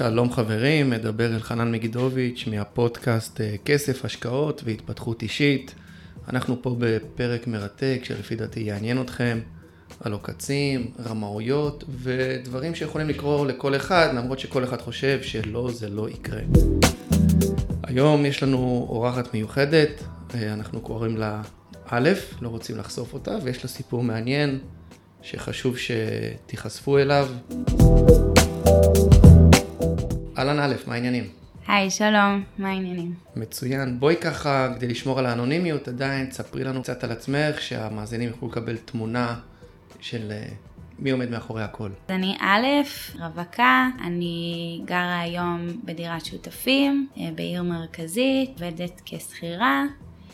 שלום חברים, מדבר אלחנן מגידוביץ' מהפודקאסט כסף, השקעות והתפתחות אישית. אנחנו פה בפרק מרתק שלפי דעתי יעניין אתכם על עוקצים, רמאויות ודברים שיכולים לקרוא לכל אחד, למרות שכל אחד חושב שלא, זה לא יקרה. היום יש לנו אורחת מיוחדת, אנחנו קוראים לה א', לא רוצים לחשוף אותה, ויש לה סיפור מעניין שחשוב שתיחשפו אליו. אהלן א', מה העניינים? היי, שלום, מה העניינים? מצוין. בואי ככה, כדי לשמור על האנונימיות, עדיין תספרי לנו קצת על עצמך, שהמאזינים יוכלו לקבל תמונה של מי עומד מאחורי הכל. אני א', רווקה, אני גרה היום בדירת שותפים, בעיר מרכזית, עובדת כשכירה,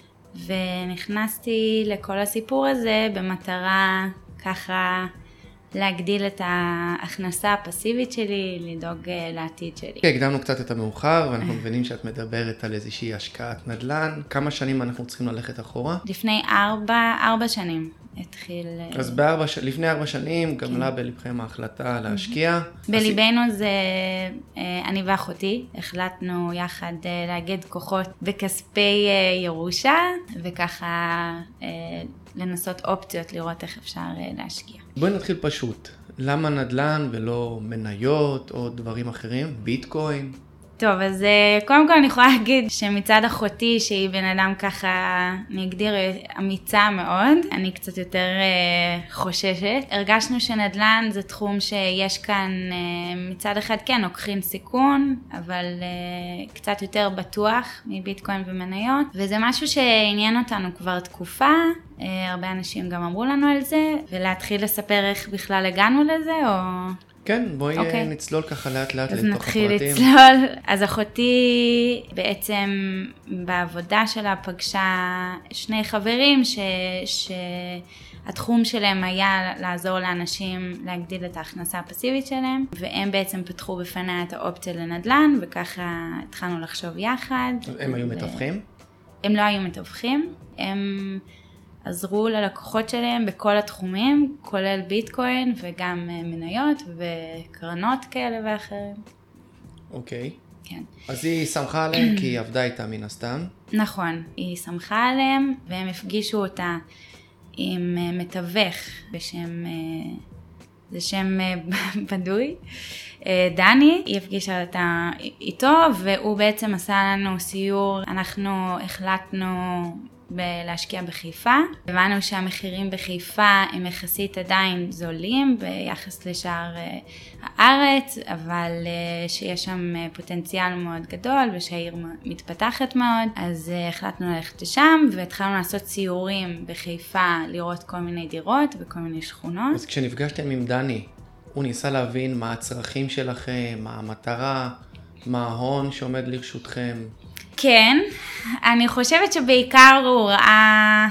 ונכנסתי לכל הסיפור הזה במטרה ככה להגדיל את ההכנסה הפסיבית שלי, לדאוג לעתיד שלי. הקדמנו קצת את המאוחר, ואנחנו מבינים שאת מדברת על איזושהי השקעת נדל"ן. כמה שנים אנחנו צריכים ללכת אחורה? לפני 4 שנים התחיל... אז לפני 4 שנים גמלה בלבכם ההחלטה להשקיע. בליבנו זה אני ואחותי, החלטנו יחד לאגד כוחות בכספי ירושה, וככה לנסות אופציות לראות איך אפשר להשקיע. בואי נתחיל פשוט. למה נדל"ן ולא מניות או דברים אחרים? ביטקוין? טוב, אז קודם כל אני יכולה להגיד שמצד אחותי, שהיא בן אדם ככה, אני אגדיר אמיצה מאוד, אני קצת יותר חוששת. הרגשנו שנדל"ן זה תחום שיש כאן מצד אחד כן, לוקחים סיכון, אבל קצת יותר בטוח מביטקוין ומניות, וזה משהו שעניין אותנו כבר תקופה, הרבה אנשים גם אמרו לנו על זה, ולהתחיל לספר איך בכלל הגענו לזה, או... כן, בואי נצלול ככה לאט לאט לתוך הפרטים. אז נתחיל לצלול. אז אחותי בעצם בעבודה שלה פגשה 2 חברים שהתחום שלהם היה לעזור לאנשים להגדיל את ההכנסה הפסיבית שלהם, והם בעצם פתחו בפניה את האופציה לנדל"ן, וככה התחלנו לחשוב יחד. הם היו מתווכים? הם לא היו מתווכים, הם... עזרו ללקוחות שלהם בכל התחומים, כולל ביטקוין וגם מניות וקרנות כאלה ואחרים. אוקיי. כן. אז היא שמחה עליהם כי היא עבדה איתה מן הסתם. נכון, היא שמחה עליהם והם הפגישו אותה עם מתווך בשם, זה שם בדוי, דני. היא הפגישה אותה איתו והוא בעצם עשה לנו סיור. אנחנו החלטנו להשקיע בחיפה. הבנו שהמחירים בחיפה הם יחסית עדיין זולים ביחס לשאר הארץ, אבל שיש שם פוטנציאל מאוד גדול ושהעיר מתפתחת מאוד. אז החלטנו ללכת לשם והתחלנו לעשות סיורים בחיפה, לראות כל מיני דירות וכל מיני שכונות. אז כשנפגשתם עם דני, הוא ניסה להבין מה הצרכים שלכם, מה המטרה, מה ההון שעומד לרשותכם? כן, אני חושבת שבעיקר הוא ראה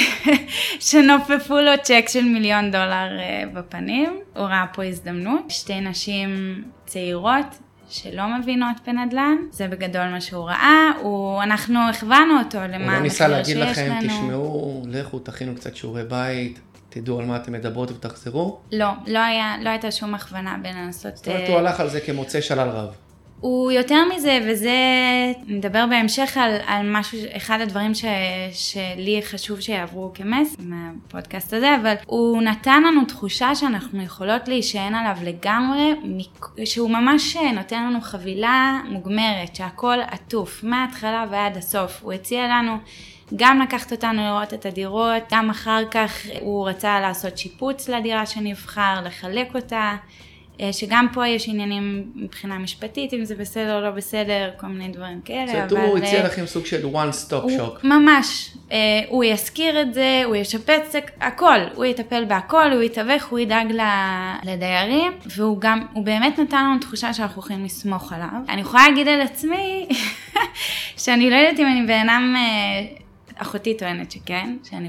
שנופפו לו צ'ק של $1,000,000 בפנים. הוא ראה פה הזדמנות. 2 נשים צעירות שלא מבינות בנדל"ן. זה בגדול מה שהוא ראה. אנחנו הכוונו אותו למה הוא לא ניסה להגיד לכם, תשמעו, לכו, תכינו קצת שיעורי בית, תדעו על מה אתם מדברות ותחזרו? לא הייתה שום הכוונה בין לנסות... זאת אומרת, הוא הלך על זה כמוצא שלל רב. הוא יותר מזה, וזה נדבר בהמשך על משהו, אחד הדברים שלי חשוב שיעברו כמס מהפודקאסט הזה, אבל הוא נתן לנו תחושה שאנחנו יכולות להישען עליו לגמרי, שהוא ממש נותן לנו חבילה מוגמרת, שהכל עטוף, מההתחלה ועד הסוף. הוא הציע לנו גם לקחת אותנו לראות את הדירות, גם אחר כך הוא רצה לעשות שיפוץ לדירה שנבחר, לחלק אותה, שגם פה יש עניינים מבחינה משפטית, אם זה בסדר או לא בסדר, כל מיני דברים כאלה. זאת אומרת, הוא הציע לכם סוג של one stop shop. ממש, הוא יזכיר את זה, הוא ישפץ הכל, הוא יטפל בהכל, הוא יתווך, הוא ידאג לדיירים, והוא באמת נתן לנו תחושה שאנחנו יכולים לסמוך עליו. אני יכולה להגיד על עצמי, שאני לא יודעת אם אני בעינם, אחותי טוענת שכן, שאני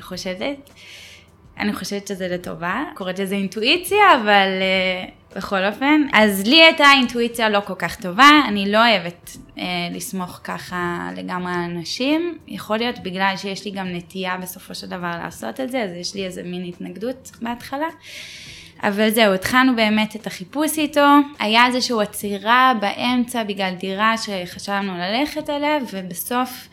חושבת שזה לטובה, קוראת לזה אינטואיציה, אבל בכל אופן. אז לי הייתה אינטואיציה לא כל כך טובה, אני לא אוהבת לסמוך ככה לגמרי על אנשים, יכול להיות בגלל שיש לי גם נטייה בסופו של דבר לעשות את זה, אז יש לי איזה מין התנגדות בהתחלה, אבל זהו, התחלנו באמת את החיפוש איתו, היה איזושהי עצירה באמצע בגלל דירה שחשבנו ללכת אליה, ובסוף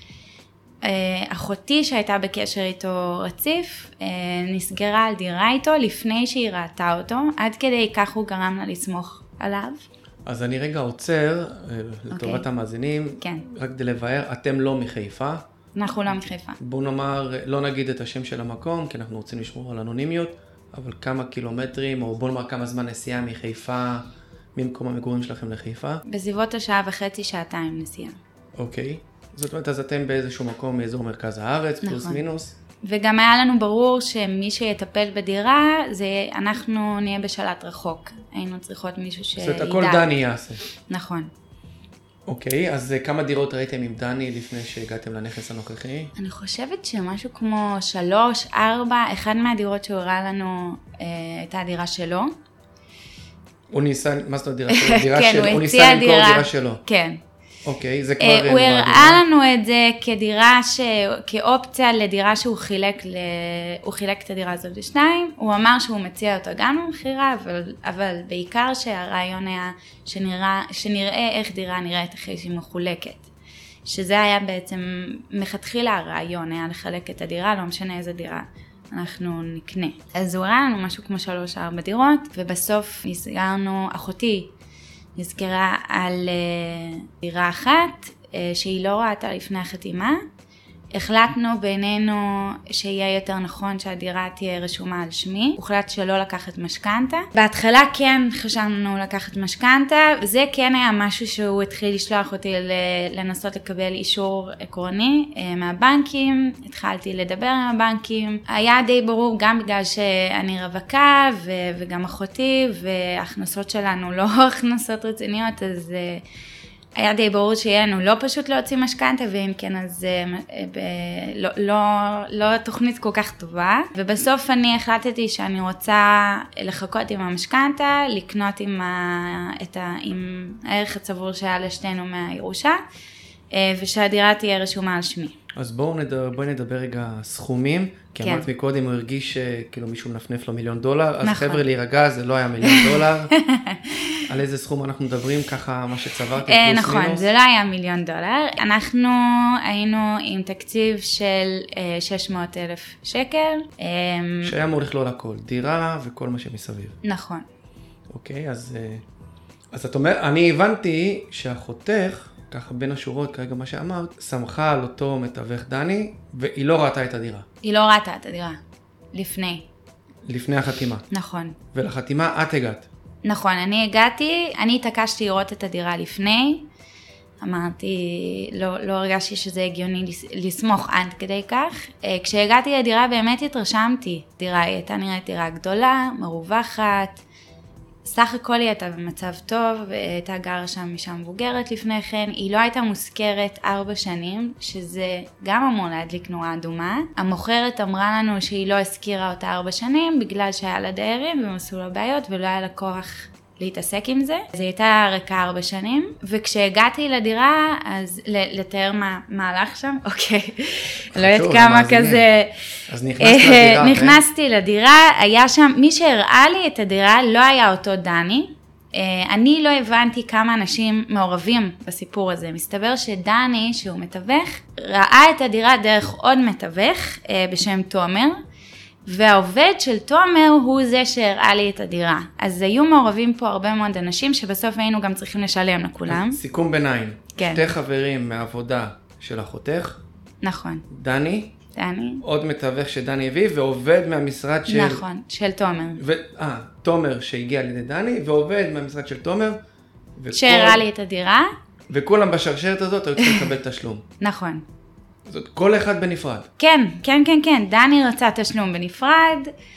אחותי שהייתה בקשר איתו רציף, נסגרה על דירה איתו לפני שהיא ראתה אותו, עד כדי כך הוא גרם לה לסמוך עליו. אז אני רגע עוצר, לטובת המאזינים, כן. רק כדי לבאר, אתם לא מחיפה. אנחנו לא מחיפה. בואו נאמר, לא נגיד את השם של המקום, כי אנחנו רוצים לשמור על אנונימיות, אבל כמה קילומטרים, או בואו נאמר כמה זמן נסיעה מחיפה, ממקום המגורים שלכם לחיפה? בסביבות השעה וחצי, שעתיים נסיעה. אוקיי. זאת אומרת, אז אתם באיזשהו מקום מאזור מרכז הארץ, פלוס מינוס? וגם היה לנו ברור שמי שיטפל בדירה, אנחנו נהיה בשלט רחוק. היינו צריכות מישהו שידע. זאת הכל דני יעשה. נכון. אוקיי, אז כמה דירות ראיתם עם דני לפני שהגעתם לנכס הנוכחי? אני חושבת שמשהו כמו 3, 4, אחד מהדירות שהוא הראה לנו הייתה הדירה שלו. הוא ניסה, מה זאת אומרת דירה שלו? כן, הוא ניסה למכור דירה שלו. כן. אוקיי, זה כבר... הוא הראה לנו את זה כדירה, כאופציה לדירה שהוא חילק את הדירה הזאת לשניים. הוא אמר שהוא מציע אותו גם במחירה, אבל בעיקר שהרעיון היה שנראה איך דירה נראית אחרי שהיא מחולקת. שזה היה בעצם, מלכתחילה הרעיון היה לחלק את הדירה, לא משנה איזה דירה אנחנו נקנה. אז הוא הראה לנו משהו כמו 3-4 דירות, ובסוף נסגרנו, אחותי, נזכרה על דירה אחת שהיא לא ראתה לפני החתימה. החלטנו בינינו שיהיה יותר נכון שהדירה תהיה רשומה על שמי. הוחלט שלא לקחת משכנתה. בהתחלה כן חשבנו לקחת משכנתה, וזה כן היה משהו שהוא התחיל לשלוח אותי לנסות לקבל אישור עקרוני מהבנקים. התחלתי לדבר עם הבנקים. היה די ברור גם בגלל שאני רווקה וגם אחותי, וההכנסות שלנו לא הכנסות רציניות, אז היה די ברור שיהיה לנו לא פשוט להוציא משכנתה, ואם כן אז לא תוכנית כל כך טובה. ובסוף אני החלטתי שאני רוצה לחכות עם המשכנתה, לקנות עם הערך הצבור שהיה לשתינו מהירושה, ושהדירה תהיה רשומה על שמי. אז בואי נדבר רגע סכומים, כי אמרת מקודם, הוא הרגיש כאילו מישהו מנפנף לו $1,000,000, אז חבר'ה להירגע, זה לא היה $1,000,000. על איזה סכום אנחנו מדברים, ככה מה שצברתם פלוס מינוס? נכון, זה לא היה $1,000,000. אנחנו היינו עם תקציב של 600,000 שקל. שהיה אמור לכלול הכל, דירה וכל מה שמסביב. נכון. אוקיי, אז את אומרת, אני הבנתי שאחותך, ככה בין השורות, כרגע מה שאמרת, שמחה על אותו מתווך דני, והיא לא ראתה את הדירה. היא לא ראתה את הדירה. לפני החתימה. נכון. ולחתימה את הגעת. נכון, אני התעקשתי לראות את הדירה לפני, אמרתי, לא הרגשתי שזה הגיוני לסמוך עד כדי כך. כשהגעתי לדירה באמת התרשמתי, דירה הייתה נראית דירה גדולה, מרווחת, סך הכל היא הייתה במצב טוב, הייתה גרה שם משם מבוגרת לפני כן, היא לא הייתה מוזכרת 4 שנים, שזה גם אמור להדליק נורה אדומה. המוכרת אמרה לנו שהיא לא הזכירה אותה 4 שנים, בגלל שהיה לה דיירים והם עשו לה בעיות, ולא היה לה כוח להתעסק עם זה. אז היא הייתה ריקה 4 שנים, וכשהגעתי לדירה, אז לתאר מה הלך שם, אוקיי, לא יודעת כמה כזה. אז נכנסתי לדירה, היה שם, מי שהראה לי את הדירה לא היה אותו דני. אני לא הבנתי כמה אנשים מעורבים בסיפור הזה. מסתבר שדני, שהוא מתווך, ראה את הדירה דרך עוד מתווך בשם תומר, והעובד של תומר הוא זה שהראה לי את הדירה. אז היו מעורבים פה הרבה מאוד אנשים שבסוף היינו גם צריכים לשלם לכולם. סיכום ביניים. כן. 2 חברים מהעבודה של אחותך. נכון. דני. עוד מתווך שדני הביא, ועובד מהמשרד של... נכון, של תומר. תומר שהגיע לידי דני, ועובד מהמשרד של תומר. שהראה לי את הדירה. וכולם בשרשרת הזאת היו צריכים לקבל תשלום. נכון. זאת כל אחד בנפרד. כן. דני רצה תשלום בנפרד,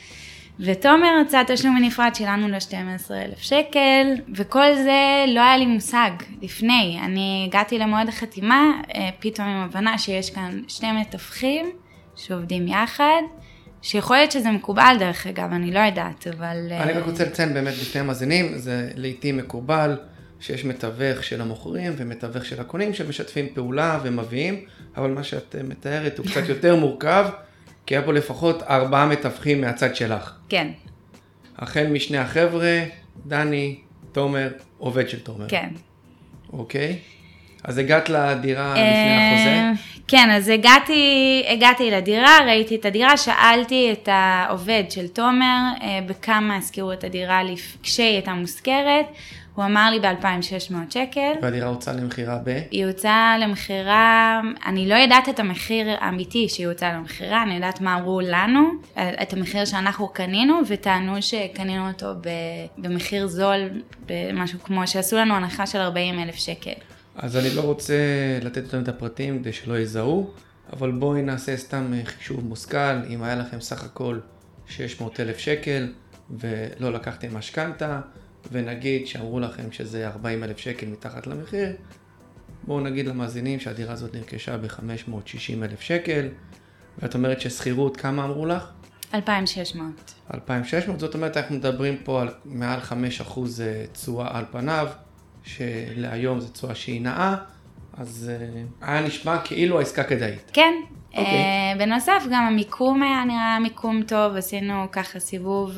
ותומר רצה תשלום בנפרד, שלנו לו 12,000 שקל, וכל זה לא היה לי מושג לפני. אני הגעתי למועד החתימה, פתאום עם הבנה שיש כאן 2 מתווכים שעובדים יחד, שיכול להיות שזה מקובל דרך אגב, אני לא יודעת, אבל... אני רק רוצה לציין באמת בפני המאזינים, זה לעתים מקובל שיש מתווך של המוכרים ומתווך של הקונים שמשתפים פעולה ומביאים, אבל מה שאת מתארת הוא קצת יותר מורכב, כי היה פה לפחות 4 מתווכים מהצד שלך. כן. החל משני החבר'ה, דני, תומר, עובד של תומר. כן. אוקיי. אז הגעת לדירה לפני החוזה? כן, אז הגעתי לדירה, ראיתי את הדירה, שאלתי את העובד של תומר בכמה הזכירו את הדירה כשהיא הייתה מושכרת, הוא אמר לי ב-2,600 שקל. והדירה הוצאה למחירה היא הוצאה למחירה, אני לא יודעת את המחיר האמיתי שהיא הוצאה למחירה, אני יודעת מה אמרו לנו, את המחיר שאנחנו קנינו, וטענו שקנינו אותו במחיר זול, במשהו כמו שעשו לנו הנחה של 40,000 שקל. אז אני לא רוצה לתת אותם את הפרטים כדי שלא יזהו, אבל בואי נעשה סתם חישוב מושכל, אם היה לכם סך הכל 600,000 שקל ולא לקחתם משכנתה, ונגיד שאמרו לכם שזה 40,000 שקל מתחת למחיר, בואו נגיד למאזינים שהדירה הזאת נרכשה ב-560,000 שקל, ואת אומרת ששכירות כמה אמרו לך? 2,600. 2,600, זאת אומרת אנחנו מדברים פה על מעל 5% תשואה על פניו, שלהיום זו תשואה שהיא נאה, אז היה נשמע כאילו העסקה כדאית. כן. בנוסף גם המיקום היה נראה מיקום טוב, עשינו ככה סיבוב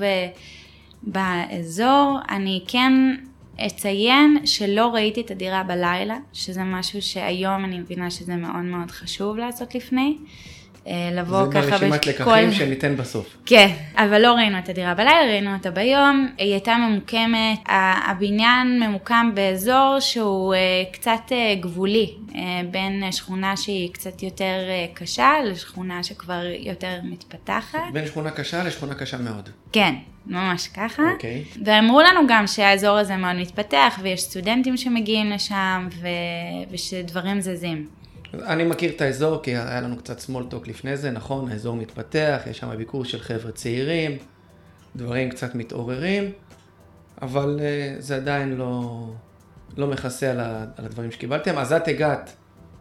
באזור. אני כן אציין שלא ראיתי את הדירה בלילה, שזה משהו שהיום אני מבינה שזה מאוד מאוד חשוב לעשות לפני. לבוא ככה זה ברשימת לקחים שניתן בסוף. כן, אבל לא ראינו את הדירה בלילה, ראינו אותה ביום. היא הייתה ממוקמת, הבניין ממוקם באזור שהוא קצת גבולי, בין שכונה שהיא קצת יותר קשה לשכונה שכבר יותר מתפתחת. בין שכונה קשה לשכונה קשה מאוד. כן, ממש ככה. אוקיי. ואמרו לנו גם שהאזור הזה מאוד מתפתח, ויש סטודנטים שמגיעים לשם, ושדברים זזים. אני מכיר את האזור כי היה לנו קצת small talk לפני זה, נכון, האזור מתפתח, יש שם ביקור של חבר'ה צעירים, דברים קצת מתעוררים, אבל זה עדיין לא מכסה על הדברים שקיבלתם. אז את הגעת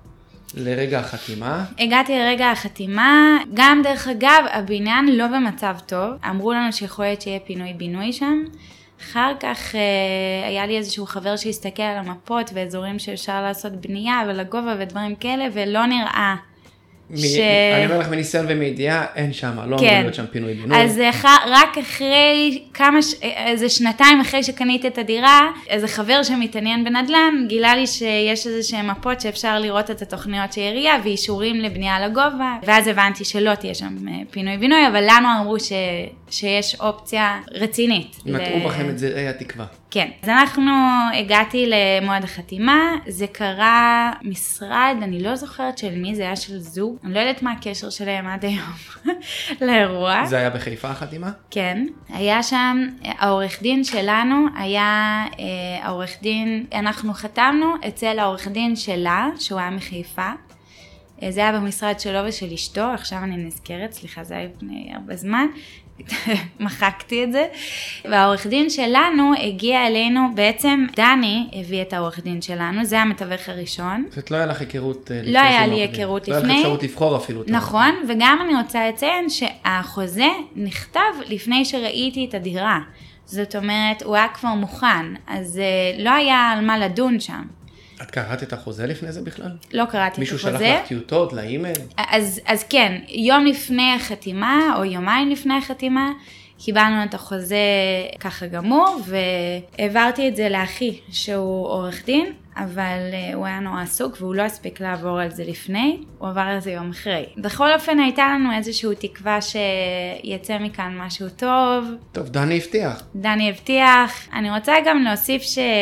לרגע החתימה. הגעתי לרגע החתימה, גם דרך אגב, הבניין לא במצב טוב, אמרו לנו שיכול להיות שיהיה פינוי בינוי שם, אחר כך היה לי איזשהו חבר שהסתכל על המפות ואזורים שאפשר לעשות בנייה ולגובה ודברים כאלה, ולא נראה אני אומר לך מניסיון ומידיעה, אין שם, לא אמור להיות שם פינוי בינוי. אז רק אחרי איזה שנתיים אחרי שקניתי את הדירה, איזה חבר שמתעניין בנדל"ן, גילה לי שיש איזה שהם מפות שאפשר לראות את התוכניות של עירייה, ואישורים לבנייה לגובה, ואז הבנתי שלא תהיה שם פינוי בינוי, אבל לנו אמרו שיש אופציה רצינית. נטעו בכם את זרעי התקווה. כן, אז הגעתי למועד החתימה, זה קרה משרד, אני לא זוכרת של מי, זה היה של זוג, אני לא יודעת מה הקשר שלהם עד היום לאירוע. זה היה בחיפה החתימה? כן, היה שם, העורך דין שלנו היה העורך דין, אנחנו חתמנו אצל העורך דין שלה, שהוא היה מחיפה, זה היה במשרד שלו ושל אשתו, עכשיו אני נזכרת, סליחה, זה היה לפני הרבה זמן, מחקתי את זה, והעורך דין שלנו הגיע אלינו, בעצם דני הביא את העורך דין שלנו, זה המתווך הראשון. זאת לא היה לך היכרות לפני? לא היה לי היכרות לפני. לא היה לך אפשרות לבחור אפילו. נכון, וגם אני רוצה לציין שהחוזה נכתב לפני שראיתי את הדירה, זאת אומרת, הוא היה כבר מוכן, אז לא היה על מה לדון שם. את קראת את החוזה לפני זה בכלל? לא קראתי את החוזה. מישהו שלח לך טיוטות לאימייל? אז כן, יום לפני החתימה, או יומיים לפני החתימה, קיבלנו את החוזה ככה גמור, והעברתי את זה לאחי, שהוא עורך דין, אבל הוא היה נורא עסוק, והוא לא הספיק לעבור על זה לפני, הוא עבר על זה יום אחרי. בכל אופן הייתה לנו איזושהי תקווה שיצא מכאן משהו טוב. טוב, דני הבטיח. דני הבטיח. אני רוצה גם להוסיף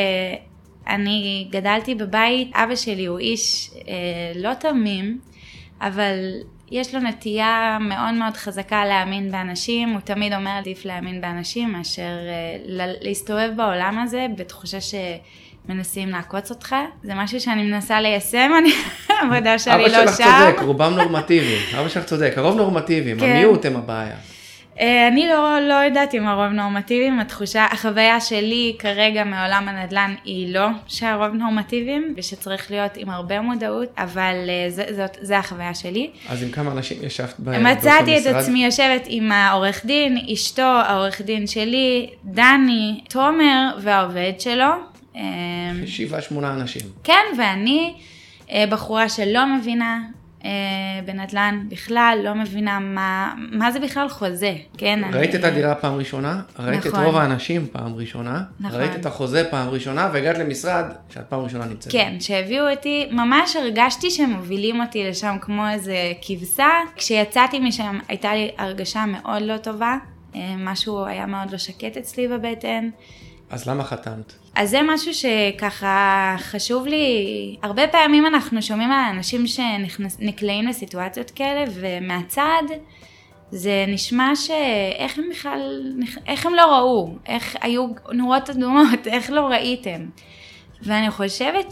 אני גדלתי בבית, אבא שלי הוא איש לא תמים, אבל יש לו נטייה מאוד מאוד חזקה להאמין באנשים, הוא תמיד אומר עדיף להאמין באנשים מאשר להסתובב בעולם הזה בתחושה שמנסים לעקוץ אותך, זה משהו שאני מנסה ליישם, עבודה שאני לא שם. אבא שלך צודק, רובם נורמטיביים, אבא שלך צודק, הרוב נורמטיביים, המיעוט הם הבעיה. אני לא יודעת אם הרוב נורמטיביים, החוויה שלי כרגע מעולם הנדל"ן היא לא שהרוב נורמטיביים, ושצריך להיות עם הרבה מודעות, אבל זה החוויה שלי. אז עם כמה אנשים ישבת באותו משרד? מצאתי את עצמי יושבת עם העורך דין, אשתו, העורך דין שלי, דני, תומר והעובד שלו. 7-8 אנשים. כן, ואני בחורה שלא מבינה בנדל"ן בכלל, לא מבינה מה זה בכלל חוזה, כן? ראית את הדירה פעם ראשונה, ראית את רוב האנשים פעם ראשונה, ראית את החוזה פעם ראשונה, והגעת למשרד שאת פעם ראשונה נמצאת. כן, שהביאו אותי, ממש הרגשתי שהם מובילים אותי לשם כמו איזה כבשה. כשיצאתי משם הייתה לי הרגשה מאוד לא טובה, משהו היה מאוד לא שקט אצלי בבטן. אז למה חתמת? אז זה משהו שככה חשוב לי, הרבה פעמים אנחנו שומעים על אנשים שנקלעים לסיטואציות כאלה, ומהצד זה נשמע שאיך הם בכלל, איך הם לא ראו, איך היו נורות אדומות, איך לא ראיתם. ואני חושבת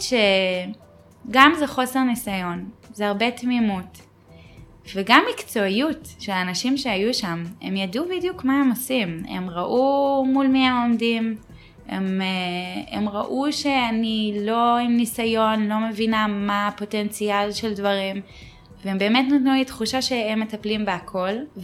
שגם זה חוסר ניסיון, זה הרבה תמימות, וגם מקצועיות של האנשים שהיו שם, הם ידעו בדיוק מה הם עושים, הם ראו מול מי הם עומדים, הם ראו שאני לא עם ניסיון, לא מבינה מה הפוטנציאל של דברים, והם באמת נתנו לי תחושה שהם מטפלים בהכל,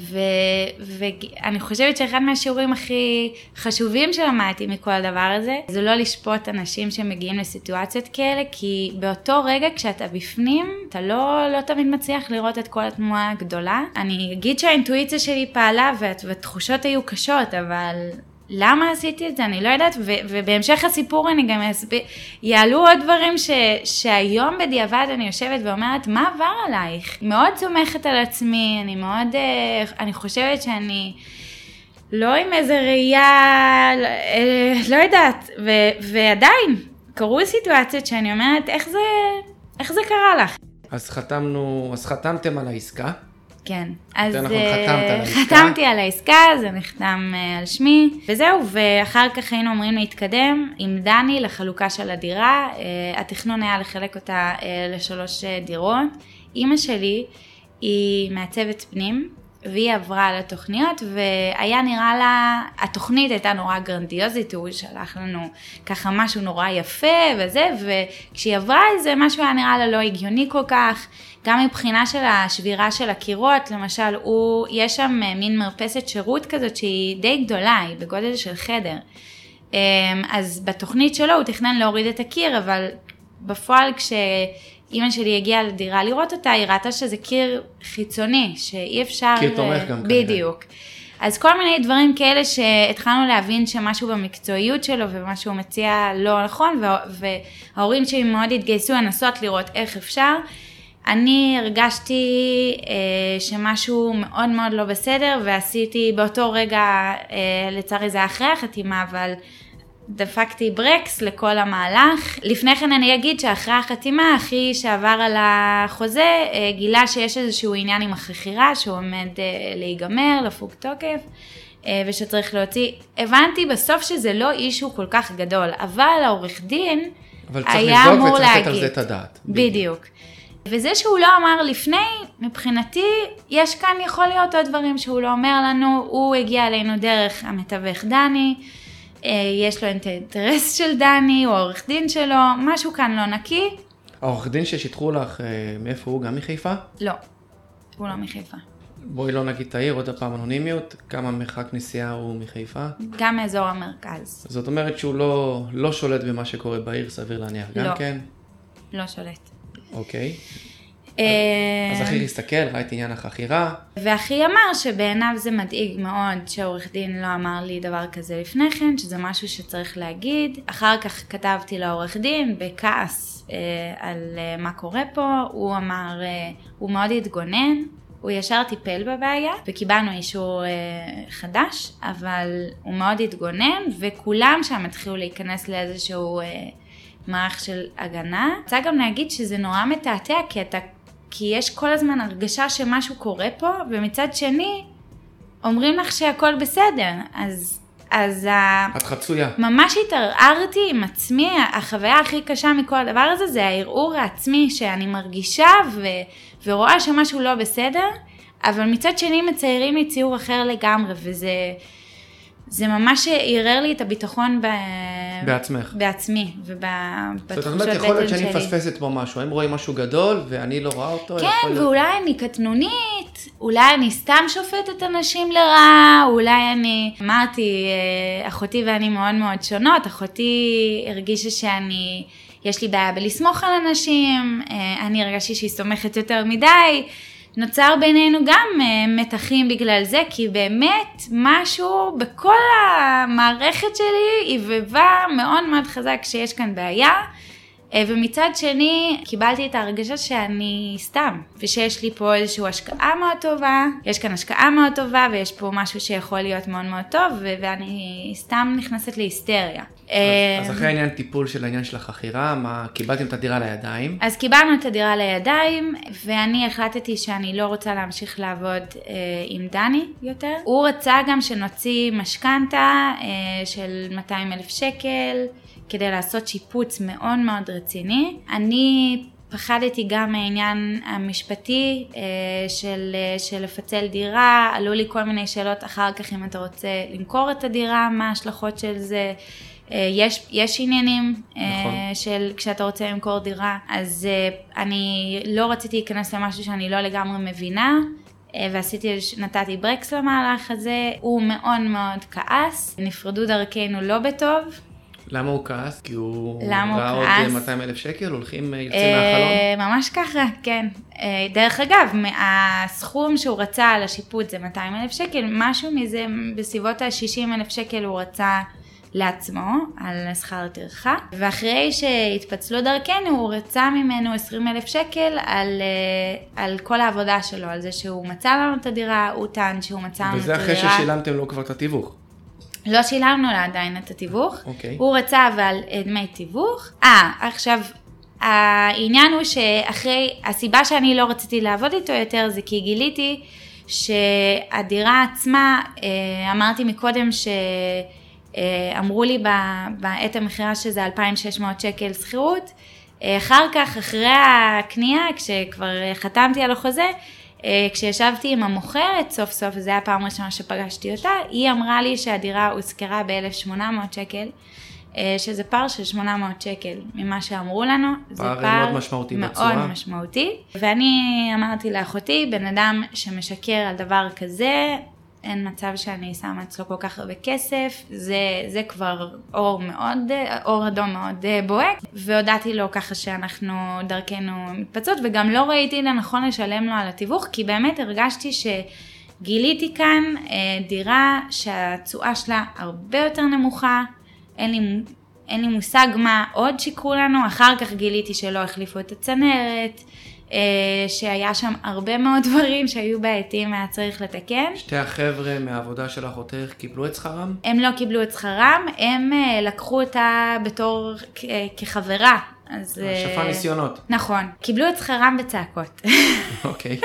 ואני חושבת שאחד מהשיעורים הכי חשובים שלמדתי מכל הדבר הזה, זה לא לשפוט אנשים שמגיעים לסיטואציות כאלה, כי באותו רגע כשאתה בפנים, אתה לא תמיד מצליח לראות את כל התמונה הגדולה. אני אגיד שהאינטואיציה שלי פעלה, והתחושות היו קשות, אבל למה עשיתי את זה? אני לא יודעת, ובהמשך הסיפור אני גם יעלו עוד דברים שהיום בדיעבד אני יושבת ואומרת, מה עבר עלייך? מאוד סומכת על עצמי, אני חושבת שאני לא עם איזה ראייה, לא יודעת, ועדיין קרו סיטואציות שאני אומרת, איך זה קרה לך? אז חתמתם על העסקה? כן, אז חתמתי על העסקה, זה נחתם על שמי, וזהו, ואחר כך היינו אומרים להתקדם עם דני לחלוקה של הדירה, התכנון היה לחלק אותה ל3 דירות. אמא שלי היא מעצבת פנים, והיא עברה על התוכניות, והיה נראה לה, התוכנית הייתה נורא גרנדיוזית, הוא שלח לנו ככה משהו נורא יפה וזה, וכשהיא עברה על זה, משהו היה נראה לה לא הגיוני כל כך, גם מבחינה של השבירה של הקירות, למשל, יש שם מין מרפסת שירות כזאת שהיא די גדולה, היא בגודל של חדר. אז בתוכנית שלו הוא תכנן להוריד את הקיר, אבל בפועל כשאימא שלי הגיעה לדירה לראות אותה, היא ראתה שזה קיר חיצוני, שאי אפשר... קיר תומך גם כנראה. בדיוק. אז כל מיני דברים כאלה שהתחלנו להבין שמשהו במקצועיות שלו ומה שהוא מציע לא נכון, וההורים שלי מאוד התגייסו לנסות לראות איך אפשר. אני הרגשתי שמשהו מאוד מאוד לא בסדר, ועשיתי באותו רגע, לצערי זה אחרי החתימה, אבל דפקתי ברקס לכל המהלך. לפני כן אני אגיד שאחרי החתימה, אחי שעבר על החוזה, גילה שיש איזשהו עניין עם החכירה, שהוא עומד להיגמר, לפוג תוקף, ושצריך להוציא. הבנתי בסוף שזה לא אישו כל כך גדול, אבל העורך דין היה אמור להגיד. אבל צריך לבדוק וצריך לתת על זה את הדעת. בדיוק. וזה שהוא לא אמר לפני, מבחינתי, יש כאן יכול להיות עוד דברים שהוא לא אומר לנו, הוא הגיע אלינו דרך המתווך דני, יש לו את האינטרס של דני, הוא העורך דין שלו, משהו כאן לא נקי. העורך דין ששיתחו לך, מאיפה הוא? גם מחיפה? לא, הוא לא מחיפה. בואי לא נגיד תאיר, עוד הפעם אנונימיות, כמה מרחק נסיעה הוא מחיפה? גם מאזור המרכז. זאת אומרת שהוא לא שולט במה שקורה בעיר, סביר להניח, גם כן? לא שולט. אוקיי. אז אחי הסתכל, ראה את עניין החכירה. ואחי אמר שבעיניו זה מדאיג מאוד שהעורך דין לא אמר לי דבר כזה לפני כן, שזה משהו שצריך להגיד. אחר כך כתבתי לעורך דין בכעס על מה קורה פה, הוא אמר, הוא מאוד התגונן, הוא ישר טיפל בבעיה, וקיבלנו אישור חדש, אבל הוא מאוד התגונן, וכולם שם התחילו להיכנס לאיזשהו מערך של הגנה. רוצה גם להגיד שזה נורא מתעתע, כי יש כל הזמן הרגשה שמשהו קורה פה, ומצד שני, אומרים לך שהכל בסדר. אז את חצויה. ממש התערערתי עם עצמי, החוויה הכי קשה מכל הדבר הזה, זה הערעור העצמי שאני מרגישה, ורואה שמשהו לא בסדר, אבל מצד שני מציירים לי ציור אחר לגמרי, זה ממש ערער לי את הביטחון בעצמי ובתחושות בטן שלי. זאת אומרת, יכול להיות שאני מפספסת פה משהו, הם רואים משהו גדול ואני לא רואה אותו. כן, ואולי אני קטנונית, אולי אני סתם שופטת אנשים לרעה, אולי אמרתי, אחותי ואני מאוד מאוד שונות, אחותי הרגישה שאני יש לי בעיה בלסמוך על אנשים, אני הרגשתי שהיא סומכת יותר מדי, נוצר בינינו גם מתחים בגלל זה, כי באמת משהו בכל המערכת שלי היבבה מאוד מאוד חזק שיש כאן בעיה, ומצד שני קיבלתי את ההרגשה שאני סתם, ושיש לי פה איזושהי השקעה מאוד טובה, יש כאן השקעה מאוד טובה, ויש פה משהו שיכול להיות מאוד מאוד טוב, ואני סתם נכנסת להיסטריה. אז אחרי העניין טיפול של העניין של החכירה, מה, קיבלתם את הדירה לידיים? אז קיבלנו את הדירה לידיים, ואני החלטתי שאני לא רוצה להמשיך לעבוד עם דני יותר. הוא רצה גם שנוציא משכנתה של 200,000 שקל, כדי לעשות שיפוץ מאוד מאוד רציני. אני פחדתי גם מהעניין המשפטי של לפצל דירה, עלו לי כל מיני שאלות אחר כך אם אתה רוצה למכור את הדירה, מה ההשלכות של זה. יש עניינים של כשאתה רוצה למכור דירה, אז אני לא רציתי להיכנס למשהו שאני לא לגמרי מבינה, נתתי ברקס למהלך הזה. הוא מאוד מאוד כעס, נפרדו דרכנו לא בטוב. למה הוא כעס? כי הוא ראה עוד 200,000 שקל, יוצאים מהחלון? ממש ככה, כן. דרך אגב, הסכום שהוא רצה על השיפוט זה 200,000 שקל, משהו מזה בסביבות ה-60,000 שקל הוא רצה לעצמו, על שכר טרחה, ואחרי שהתפצלו דרכנו, הוא רצה ממנו 20,000 שקל על כל העבודה שלו, על זה שהוא מצא לנו את הדירה, הוא טען שהוא מצא לנו את הדירה. וזה אחרי ששילמתם לו כבר את התיווך? לא שילמנו לה עדיין את התיווך, הוא רצה אבל דמי תיווך. עכשיו, העניין הוא שאחרי, הסיבה שאני לא רציתי לעבוד איתו יותר, זה כי גיליתי שהדירה עצמה, אמרתי מקודם שאמרו לי בעת המחירה שזה 2,600 שקל שכירות, אחר כך, אחרי הקנייה, כשכבר חתמתי על החוזה, כשישבתי עם המוכרת, סוף סוף, זה היה הפעם ראשונה שפגשתי אותה, היא אמרה לי שהדירה הושכרה ב-1,800 שקל, שזה פער של 800 שקל ממה שאמרו לנו. פער מאוד משמעותי בצורה. מאוד משמעותי. ואני אמרתי לאחותי, בן אדם שמשקר על דבר כזה, אין מצב שאני שמה אצלו כל כך הרבה כסף, זה כבר אור אדום מאוד בוהק, והודעתי לו ככה שאנחנו דרכנו מתפצות, וגם לא ראיתי לנכון לשלם לו על התיווך, כי באמת הרגשתי שגיליתי כאן דירה שהתשואה שלה הרבה יותר נמוכה, אין לי מושג מה עוד שיקרו לנו, אחר כך גיליתי שלא החליפו את הצנרת, שהיה שם הרבה מאוד דברים שהיו בעייתיים, היה צריך לתקן. שתי החבר'ה מהעבודה של אחותך קיבלו את שכרם? הם לא קיבלו את שכרם, הם לקחו אותה בתור כחברה. שפה ניסיונות. נכון, קיבלו את שכרם בצעקות. אוקיי.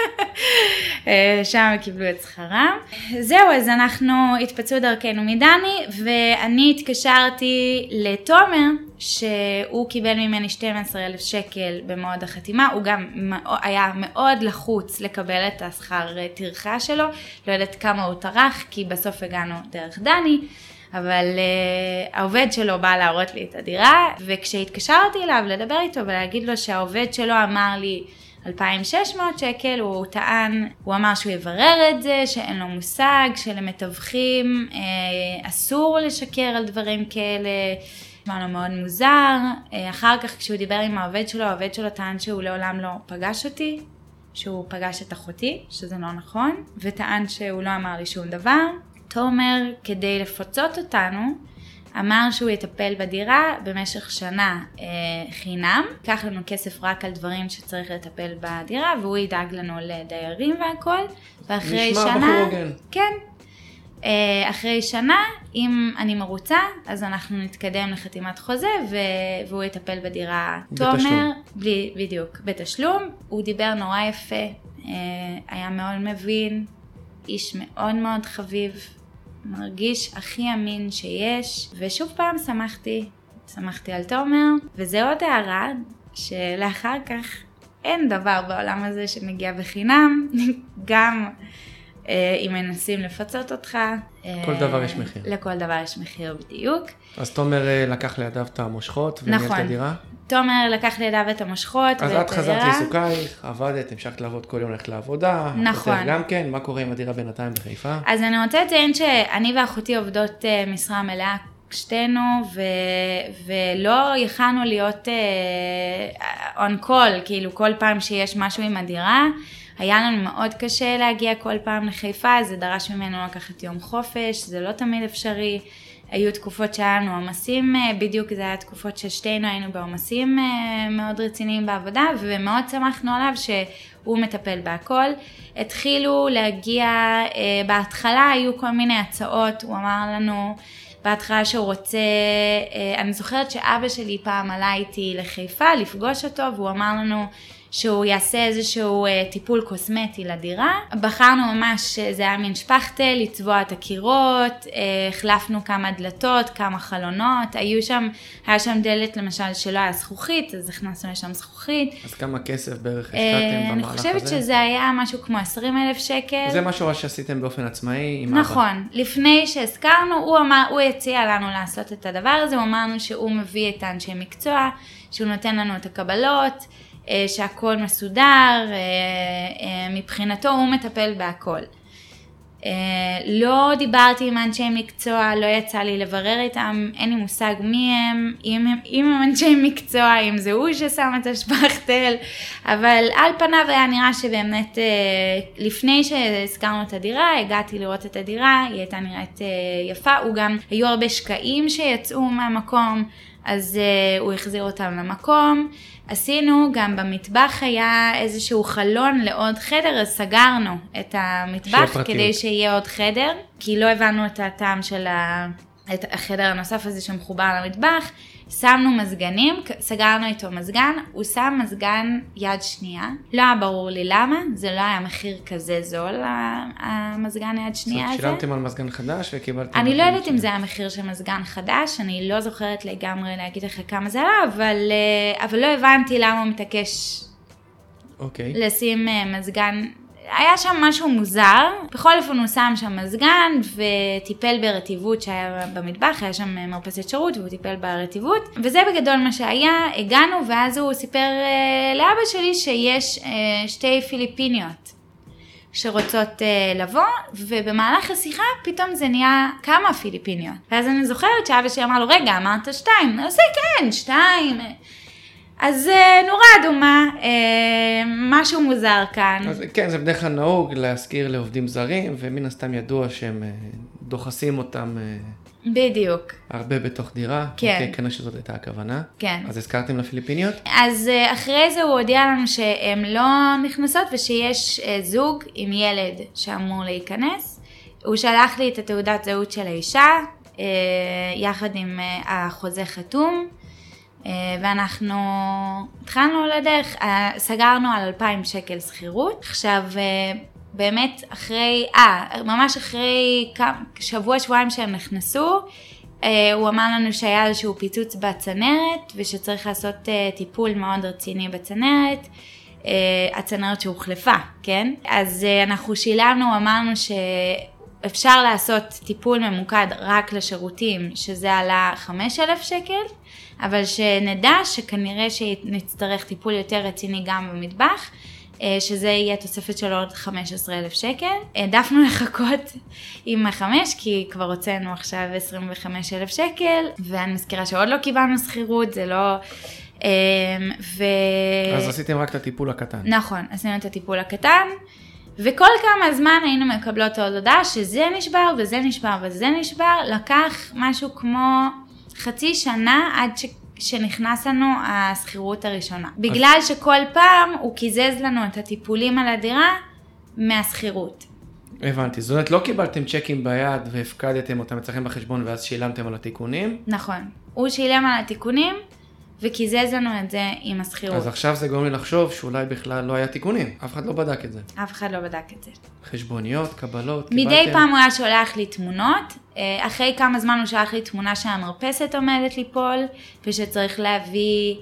שם קיבלו את שכרם. זהו, אז אנחנו התפצלו דרכנו מדני, ואני התקשרתי לתומר, שהוא קיבל ממני 12,000 שקל במועד החתימה, הוא גם היה מאוד לחוץ לקבל את השכר טרחה שלו, לא יודעת כמה הוא טרח, כי בסוף הגענו דרך דני, אבל העובד שלו בא להראות לי את הדירה, וכשהתקשרתי אליו לדבר איתו ולהגיד לו שהעובד שלו אמר לי 2,600 שקל, הוא טען, הוא אמר שהוא יברר את זה, שאין לו מושג, שלמתווכים אסור לשקר על דברים כאלה, שמענו מאוד מוזר. אחר כך כשהוא דיבר עם העובד שלו טען שהוא לעולם לא פגש אותי, שהוא פגש את אחותי, שזה לא נכון, וטען שהוא לא אמר לי שום דבר. תומר, כדי לפוצות אותנו, אמר שהוא יטפל בדירה במשך שנה חינם, ייקח לנו כסף רק על דברים שצריך לטפל בדירה, והוא ידאג לנו לדיירים והכל, ואחרי שנה... נשמע בחור הוגן. כן. אחרי שנה, אם אני מרוצה, אז אנחנו נתקדם לחתימת חוזה, והוא יטפל בדירה. בתשלום. תומר, בדיוק, בתשלום. הוא דיבר נורא יפה, היה מאוד מבין, איש מאוד מאוד חביב, מרגיש הכי אמין שיש, ושוב פעם שמחתי על תומר, וזה עוד הערה שלאחר כך אין דבר בעולם הזה שמגיע בחינם, גם אם מנסים לפצות אותך. כל דבר יש מחיר. לכל דבר יש מחיר בדיוק. אז תומר לקח לידיו את המושכות וניהל את הדירה? תומר לקח לידיו את המושכות אז את חזרת לעיסוקייך, עבדת, המשכת לעבוד כל יום, ללכת לעבודה. נכון. גם כן, מה קורה עם הדירה בינתיים בחיפה? אז אני רוצה לציין שאני ואחותי עובדות משרה מלאה שתינו, ולא יכלנו להיות on call, כאילו כל פעם שיש משהו עם הדירה, היה לנו מאוד קשה להגיע כל פעם לחיפה, זה דרש ממנו לקחת יום חופש, זה לא תמיד אפשרי, היו תקופות שהיה לנו עומסים, בדיוק זה היה תקופות ששתינו היינו בעומסים מאוד רציניים בעבודה, ומאוד שמחנו עליו שהוא מטפל בהכל. התחילו להגיע, בהתחלה היו כל מיני הצעות, הוא אמר לנו בהתחלה שהוא רוצה, אני זוכרת שאבא שלי פעם עלה איתי לחיפה לפגוש אותו, והוא אמר לנו שהוא יעשה איזשהו טיפול קוסמטי לדירה. בחרנו ממש, זה היה מין שפכטל, לצבוע את הקירות, החלפנו כמה דלתות, כמה חלונות, היה שם דלת למשל שלא היה זכוכית, אז הכנסנו לשם זכוכית. אז כמה כסף בערך השקעתם במהלך הזה? אני חושבת שזה היה משהו כמו 20,000 שקל. זה משהו שעשיתם באופן עצמאי עם נכון, אבא. לפני שהזכרנו, הוא הציע לנו לעשות את הדבר הזה, הוא אמרנו שהוא מביא את האנשי מקצוע, שהוא נותן לנו את הקבלות, שהכל מסודר, מבחינתו הוא מטפל בהכל. לא דיברתי עם אנשי מקצוע, לא יצא לי לברר איתם, אין לי מושג מי הם, אם הם אנשי מקצוע, אם זה הוא ששם את השפכטל, אבל על פניו היה נראה שבאמת לפני שהזכרנו את הדירה, הגעתי לראות את הדירה, היא הייתה נראית יפה, היו הרבה שקעים שיצאו מהמקום, אז הוא החזיר אותם למקום. עשינו, גם במטבח היה איזשהו חלון לעוד חדר, אז סגרנו את המטבח כדי שיהיה עוד חדר, כי לא הבנו את הטעם של את החדר הנוסף הזה שמחובר למטבח. שמנו מזגנים, סגרנו איתו מזגן, הוא שם מזגן יד שנייה. לא היה ברור לי למה, זה לא היה מחיר כזה זול, המזגן יד שנייה הזה. שילמתם על מזגן חדש וקיבלתם... אני לא יודעת אם זה היה מחיר של מזגן חדש, אני לא זוכרת לגמרי להגיד לך כמה זה עלה, אבל לא הבנתי למה הוא מתעקש לשים מזגן. היה שם משהו מוזר, בכל אופן הוא שם שם מזגן וטיפל ברטיבות שהיה במטבח, היה שם מרפסת שירות והוא טיפל ברטיבות, וזה בגדול מה שהיה. הגענו ואז הוא סיפר לאבא שלי שיש שתי פיליפיניות שרוצות לבוא, ובמהלך השיחה פתאום זה נהיה כמה פיליפיניות, ואז אני זוכרת שאבא שלי אמר לו, רגע, אמרת 2, אני עושה כן, 2, אז נורא אדומה, משהו מוזר כאן. אז, כן, זה בדרך כלל נהוג להזכיר לעובדים זרים, ומן הסתם ידוע שהם דוחסים אותם בדיוק. הרבה בתוך דירה. כן. אוקיי, כנראה שזאת הייתה הכוונה. כן. אז הזכרתם לפיליפיניות? אז אחרי זה הוא הודיע לנו שהן לא נכנסות, ושיש זוג עם ילד שאמור להיכנס. הוא שלח לי את התעודת זהות של האישה, יחד עם החוזה חתום. ואנחנו התחלנו לדרך, סגרנו על 2,000 שקל שכירות. עכשיו באמת ממש אחרי שבוע-שבועיים שהם נכנסו, הוא אמר לנו שהיה איזשהו פיצוץ בצנרת, ושצריך לעשות טיפול מאוד רציני בצנרת, הצנרת שהוחלפה, כן? אז אנחנו שילמנו, אמרנו שאפשר לעשות טיפול ממוקד רק לשירותים, שזה עלה 5,000 שקל, אבל שנדע שכנראה שנצטרך טיפול יותר רציני גם במטבח, שזה יהיה תוספת של עוד 15,000 שקל. העדפנו לחכות עם 5, כי כבר הוצאנו עכשיו 25,000 שקל, ואני מזכירה שעוד לא קיבלנו שכירות, זה לא... אז עשיתם רק את הטיפול הקטן. נכון, עשינו את הטיפול הקטן, וכל כמה זמן היינו מקבלות עוד הודעה שזה נשבר וזה נשבר וזה נשבר, לקח משהו כמו חצי שנה עד שנכנס לנו השכירות הראשונה. בגלל שכל פעם הוא קיזז לנו את הטיפולים על הדירה מהשכירות. הבנתי, זאת אומרת לא קיבלתם צ'קים ביד והפקדתם אותם אצלכם בחשבון ואז שילמתם על התיקונים? נכון, הוא שילם על התיקונים וקיזז לנו את זה עם השכירות. אז עכשיו זה גורם לי לחשוב שאולי בכלל לא היה תיקונים, אף אחד לא בדק את זה. אף אחד לא בדק את זה. חשבוניות, קבלות, מדי קיבלתם? פעם הוא היה שולח לי תמונות, אחרי כמה זמן הוא שלח לי תמונה שהמרפסת עומדת ליפול, ושצריך להביא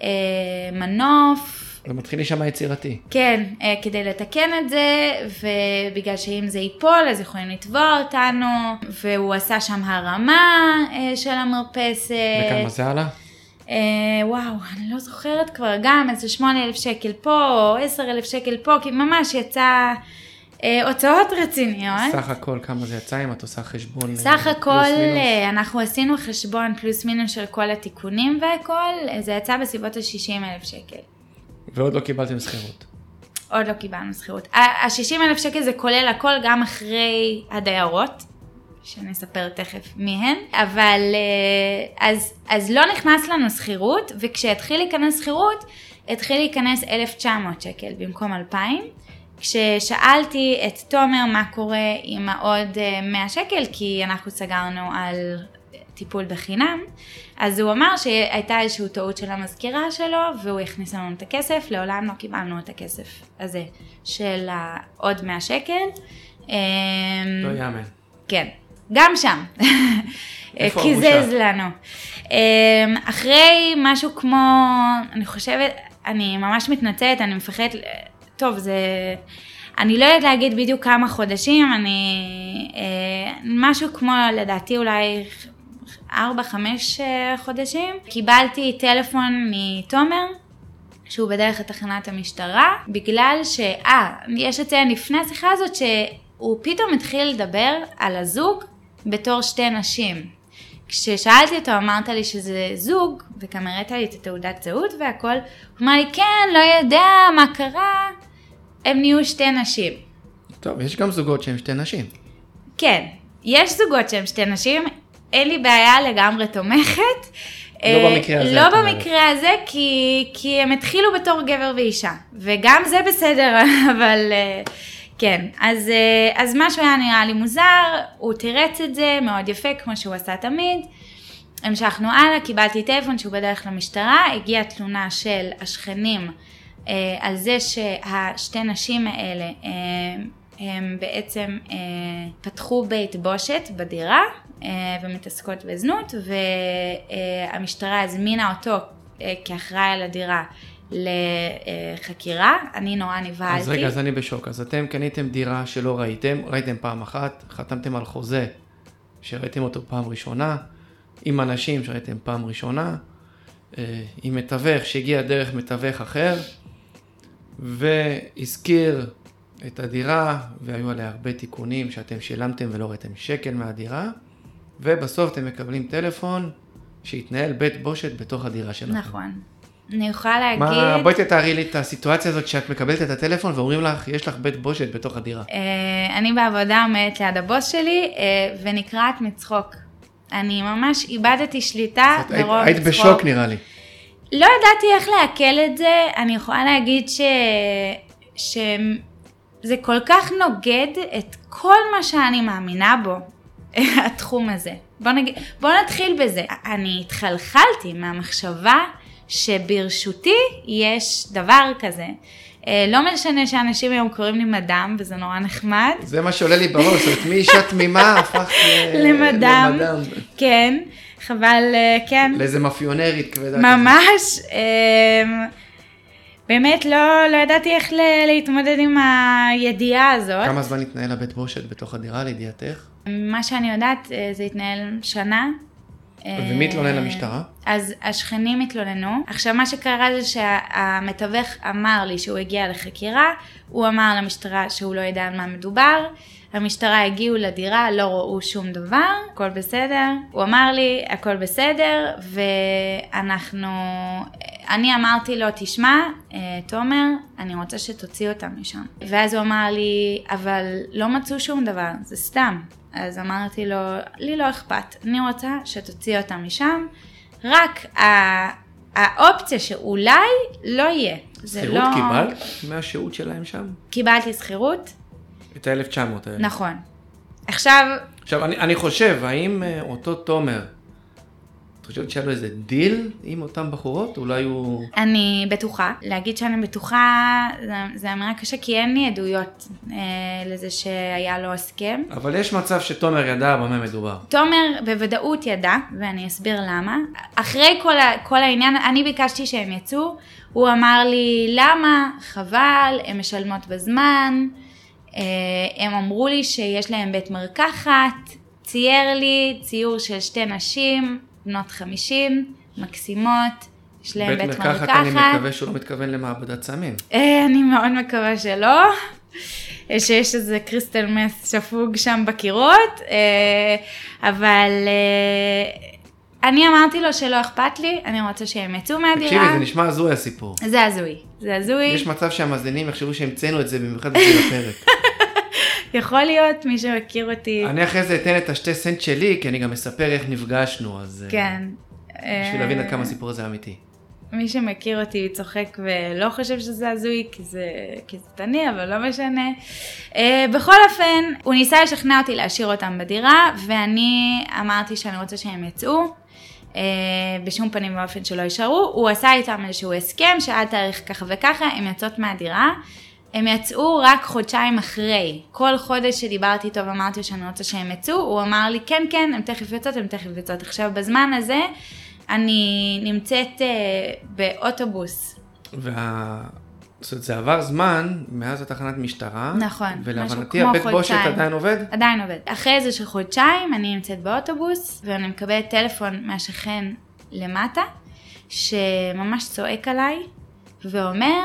מנוף. זה מתחיל להישמע יצירתי. כן, כדי לתקן את זה, ובגלל שאם זה ייפול אז יכולים לתבוע אותנו, והוא עשה שם הרמה של המרפסת. וכמה זה עלה? וואו, אני לא זוכרת כבר, גם איזה 8,000 שקל פה, או 10,000 שקל פה, כי ממש יצא הוצאות רציניות. סך הכל כמה זה יצא אם את עושה חשבון סך הכל אנחנו עשינו חשבון פלוס מינוס של כל התיקונים והכל, זה יצא בסביבות ה-60,000 שקל. ועוד לא קיבלתם שכירות. עוד לא קיבלנו שכירות. ה-60,000 שקל זה כולל הכל גם אחרי הדיירות, שנספר תכף מיהן, אבל אז לא נכנס לנו שכירות, וכשהתחיל להיכנס שכירות, התחיל להיכנס 1,900 שקל במקום 2,000, כששאלתי את תומר מה קורה עם העוד 100 שקל, כי אנחנו סגרנו על טיפול בחינם, אז הוא אמר שהייתה איזושהי טעות של המזכירה שלו, והוא הכניס לנו את הכסף, לעולם לא קיבלנו את הכסף הזה של עוד 100 שקל. לא יאמן. כן, גם שם. איפה קיזז לנו. אחרי משהו כמו, אני חושבת, אני ממש מתנצלת, אני מפחדת, טוב, אני לא יודעת להגיד בדיוק כמה חודשים, משהו כמו, לדעתי אולי 4-5 חודשים, קיבלתי טלפון מתומר, שהוא בדרך לתחנת המשטרה, בגלל יש לציין לפני השיחה הזאת, שהוא פתאום התחיל לדבר על הזוג בתור שתי נשים. כששאלתי אותו, אמרת לי שזה זוג, וכמה הראית לי את תעודת זהות והכל, הוא אמר לי, כן, לא יודע מה קרה, הם נהיו שתי נשים. טוב, יש גם זוגות שהם שתי נשים. כן, יש זוגות שהם שתי נשים, אין לי בעיה לגמרי תומכת. לא במקרה הזה. לא במקרה הזה, כי הם התחילו בתור גבר ואישה, וגם זה בסדר, אבל כן. אז משהו היה נראה לי מוזר, הוא תירץ את זה מאוד יפה, כמו שהוא עשה תמיד. המשכנו הלאה, קיבלתי טלפון שהוא בדרך למשטרה, הגיעה תלונה של השכנים על זה שהשתי נשים האלה הם בעצם פתחו בית בושת בדירה ומתעסקות בזנות, והמשטרה הזמינה אותו כאחראי על הדירה לחקירה. אני נורא נבהלתי. אז רגע, אז אני בשוק. אז אתם קניתם דירה שלא ראיתם פעם אחת, חתמתם על חוזה שראיתם אותו פעם ראשונה, עם אנשים שראיתם פעם ראשונה, עם מתווך שהגיע דרך מתווך אחר, והזכיר את הדירה, והיו עליה הרבה תיקונים שאתם שילמתם ולא ראיתם שקל מהדירה, ובסוף אתם מקבלים טלפון שהתנהל בית בושת בתוך הדירה שלכם. נכון. אני יכולה להגיד... בואי תתארי לי את הסיטואציה הזאת שאת מקבלת את הטלפון ואומרים לך, יש לך בית בושת בתוך הדירה. אני בעבודה עומדת ליד הבוס שלי ונקראת מצחוק. אני ממש איבדתי שליטה ברוב מצחוק. היית בשוק נראה לי. לא ידעתי איך להקל את זה. אני יכולה להגיד שזה כל כך נוגד את כל מה שאני מאמינה בו, התחום הזה. בוא נתחיל בזה. אני התחלחלתי מהמחשבה שברשותי יש דבר כזה. לא משנה שאנשים היום קוראים לי מדאם, וזה נורא נחמד. זה מה שעולה לי בראש, זאת מי אישה תמימה הפך למדאם. כן, חבל, כן. לאיזה מאפיונרית כבדה. ממש. באמת לא ידעתי איך להתמודד עם הידיעה הזאת. כמה זמן התנהל הבית בושת בתוך הדירה לידיעתך? מה שאני יודעת, זה התנהל שנה. ומי התלונן למשטרה? אז השכנים התלוננו. עכשיו מה שקרה זה שהמתווך אמר לי שהוא הגיע לחקירה, הוא אמר למשטרה שהוא לא ידע על מה מדובר, המשטרה הגיעו לדירה, לא ראו שום דבר, הכל בסדר. הוא אמר לי, הכל בסדר, אני אמרתי לו, תשמע, תומר, אני רוצה שתוציא אותם משם. ואז הוא אמר לי, אבל לא מצאו שום דבר, זה סתם. אז אמרתי לו, לי לא אכפת, אני רוצה שתוציא אותם משם, רק האופציה שאולי לא יהיה. שכירות קיבלת מהשהות שלהם שם? קיבלתי שכירות. את ה-1900 האלה. נכון. עכשיו, אני חושב, האם אותו תומר, את חושבת שהיה לו איזה דיל עם אותם בחורות? אולי הוא... אני בטוחה. להגיד שאני בטוחה, זה אמירה קשה, כי אין לי עדויות לזה שהיה לו הסכם. אבל יש מצב שתומר ידע במה מדובר. תומר בוודאות ידע, ואני אסביר למה. אחרי כל העניין, אני ביקשתי שהם יצאו, הוא אמר לי, למה? חבל, הם משלמות בזמן, הם אמרו לי שיש להם בית מרקחת, צייר לי ציור של שתי נשים, בנות 50, מקסימות, יש להם בית מרקחת. אני מקווה שהוא לא מתכוון למעבדת סמים. אני מאוד מקווה שלא. שיש איזה קריסטל מס שפוג שם בקירות, אבל אני אמרתי לו שלא אכפת לי, אני רוצה שהם יצאו מהדירה. תקשיבי, זה נשמע הזוי הסיפור. זה הזוי, זה הזוי. יש מצב שהמאזינים יחשבו שהמצאנו את זה במיוחד בשביל הפרק. יכול להיות, מי שמכיר אותי. אני אחרי זה אתן את השתי סנט שלי, כי אני גם מספר איך נפגשנו, אז כן. בשביל להבין עד כמה הסיפור הזה אמיתי. מי שמכיר אותי צוחק ולא חושב שזה הזוי, כי זה תני, אבל לא משנה. בכל אופן, הוא ניסה לשכנע אותי להשאיר אותם בדירה, ואני אמרתי שאני רוצה שהם יצאו, בשום פנים באופן שלא יישארו. הוא עשה איתם איזשהו הסכם, שעד תאריך ככה וככה, הם יוצאות מהדירה. הם יצאו רק חודשיים אחרי. כל חודש שדיברתי איתו ואמרתי שאני רוצה שהם יצאו, הוא אמר לי, כן, כן, הם תכף יוצאות. עכשיו, בזמן הזה, אני נמצאת באוטובוס. זאת אומרת, זה עבר זמן מאז התחנת משטרה. נכון. ולהבנתי, הבית בושת עדיין עובד? עדיין עובד. אחרי איזה של חודשיים, אני נמצאת באוטובוס, ואני מקבלת טלפון מהשכן למטה, שממש צועק עליי, ואומר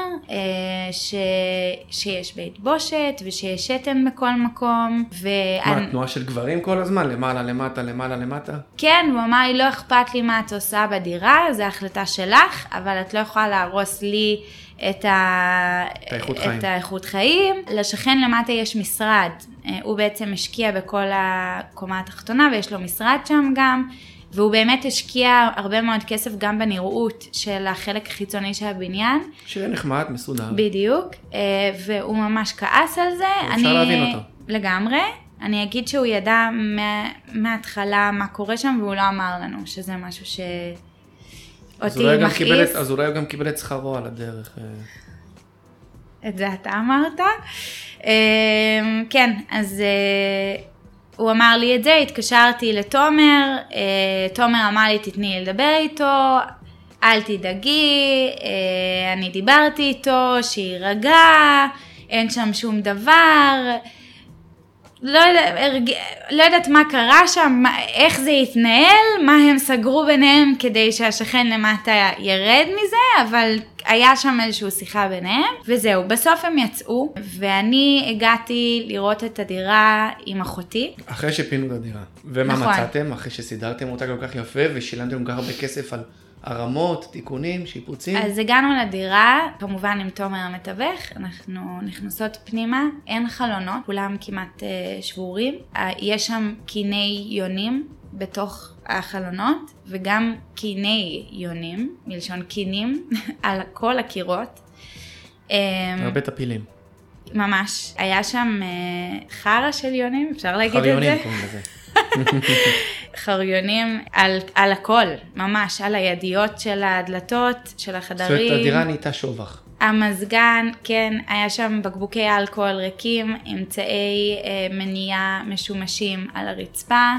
שיש בית בושת, ושיש שתן בכל מקום. מה, תנועה של גברים כל הזמן? למעלה, למטה, למעלה, למטה? כן, הוא אמר לי, לא אכפת לי מה את עושה בדירה, זו החלטה שלך, אבל את לא יכולה להרוס לי את האיכות חיים. לשכן למטה יש משרד, הוא בעצם השקיע בכל הקומה התחתונה, ויש לו משרד שם גם, והוא באמת השקיע הרבה מאוד כסף גם בנראות של החלק החיצוני של הבניין. שיהיה נחמד, מסודר. בדיוק, והוא ממש כעס על זה. אפשר להבין אותו. לגמרי. אני אגיד שהוא ידע מההתחלה מה קורה שם, והוא לא אמר לנו שזה משהו שאותי מכעיס. אז אולי הוא גם קיבל את שכרו על הדרך. את זה אתה אמרת. כן, אז הוא אמר לי את זה, התקשרתי לתומר, תומר אמר לי תתני לדבר איתו, אל תדאגי, אני דיברתי איתו, שירגע, אין שם שום דבר, לא יודעת מה קרה שם, איך זה התנהל, מה הם סגרו ביניהם כדי שהשכן למטה ירד מזה, אבל היה שם איזושהי שיחה ביניהם, וזהו, בסוף הם יצאו, ואני הגעתי לראות את הדירה עם אחותי. אחרי שפינו את הדירה. ומה נכון. מצאתם? אחרי שסידרתם אותה כל כך יפה, ושילמתם כל כך הרבה כסף על הרמות, תיקונים, שיפוצים? אז הגענו לדירה, כמובן עם תומר המתווך, אנחנו נכנסות פנימה, אין חלונות, כולם כמעט שבורים, יש שם קיני יונים בתוך החלונות, וגם קיני יונים, מלשון קינים, על כל הקירות. הרבה טפילים. ממש, היה שם חרה של יונים, אפשר להגיד את זה? חריונים קוראים לזה. חריונים על הכל, ממש, על הידיות של הדלתות, של החדרים. זאת אומרת, הדירה נהייתה שובח. המזגן, כן, היה שם בקבוקי אלכוהול ריקים, אמצעי מניעה משומשים על הרצפה.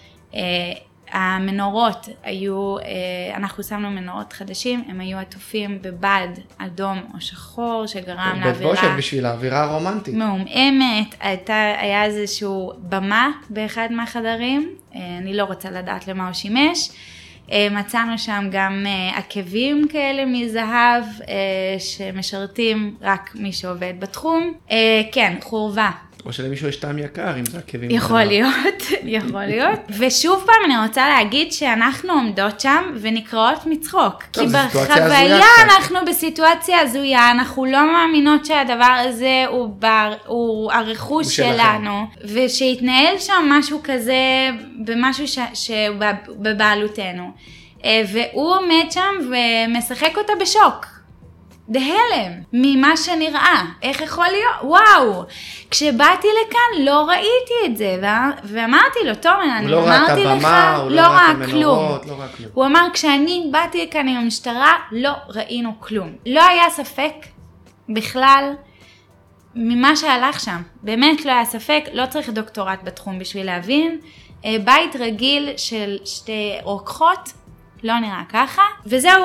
המנורות היו, אנחנו שמנו מנורות חדשים, הם היו עטופים בבד אדום או שחור, שגרם לאווירה... בית בושת בשביל האווירה הרומנטית. מעומעמת, היה איזשהו במה באחד מהחדרים, אני לא רוצה לדעת למה הוא שימש. מצאנו שם גם עקבים כאלה מזהב, שמשרתים רק מי שעובד בתחום. כן, חורבה. או שלמישהו יש טעם יקר, אם זה עקבים. יכול להיות, יכול להיות. ושוב פעם אני רוצה להגיד שאנחנו עומדות שם ונקראות מצחוק. כי בחוויה אנחנו בסיטואציה הזויה, אנחנו לא מאמינות שהדבר הזה הוא הרכוש שלנו, ושיתנהל שם משהו כזה, במשהו שבבעלותנו. והוא עומד שם ומשחק אותה בשוק. דהלם, ממה שנראה, איך יכול להיות, וואו, כשבאתי לכאן לא ראיתי את זה, ואמרתי לו, תומר, אני אמרתי לך, לא ראה כלום. הוא אמר, כשאני באתי לכאן עם המשטרה, לא ראינו כלום. לא היה ספק בכלל ממה שהלך שם, באמת לא היה ספק, לא צריך דוקטורט בתחום בשביל להבין, בית רגיל של שתי רוקחות, לא נראה ככה, וזהו,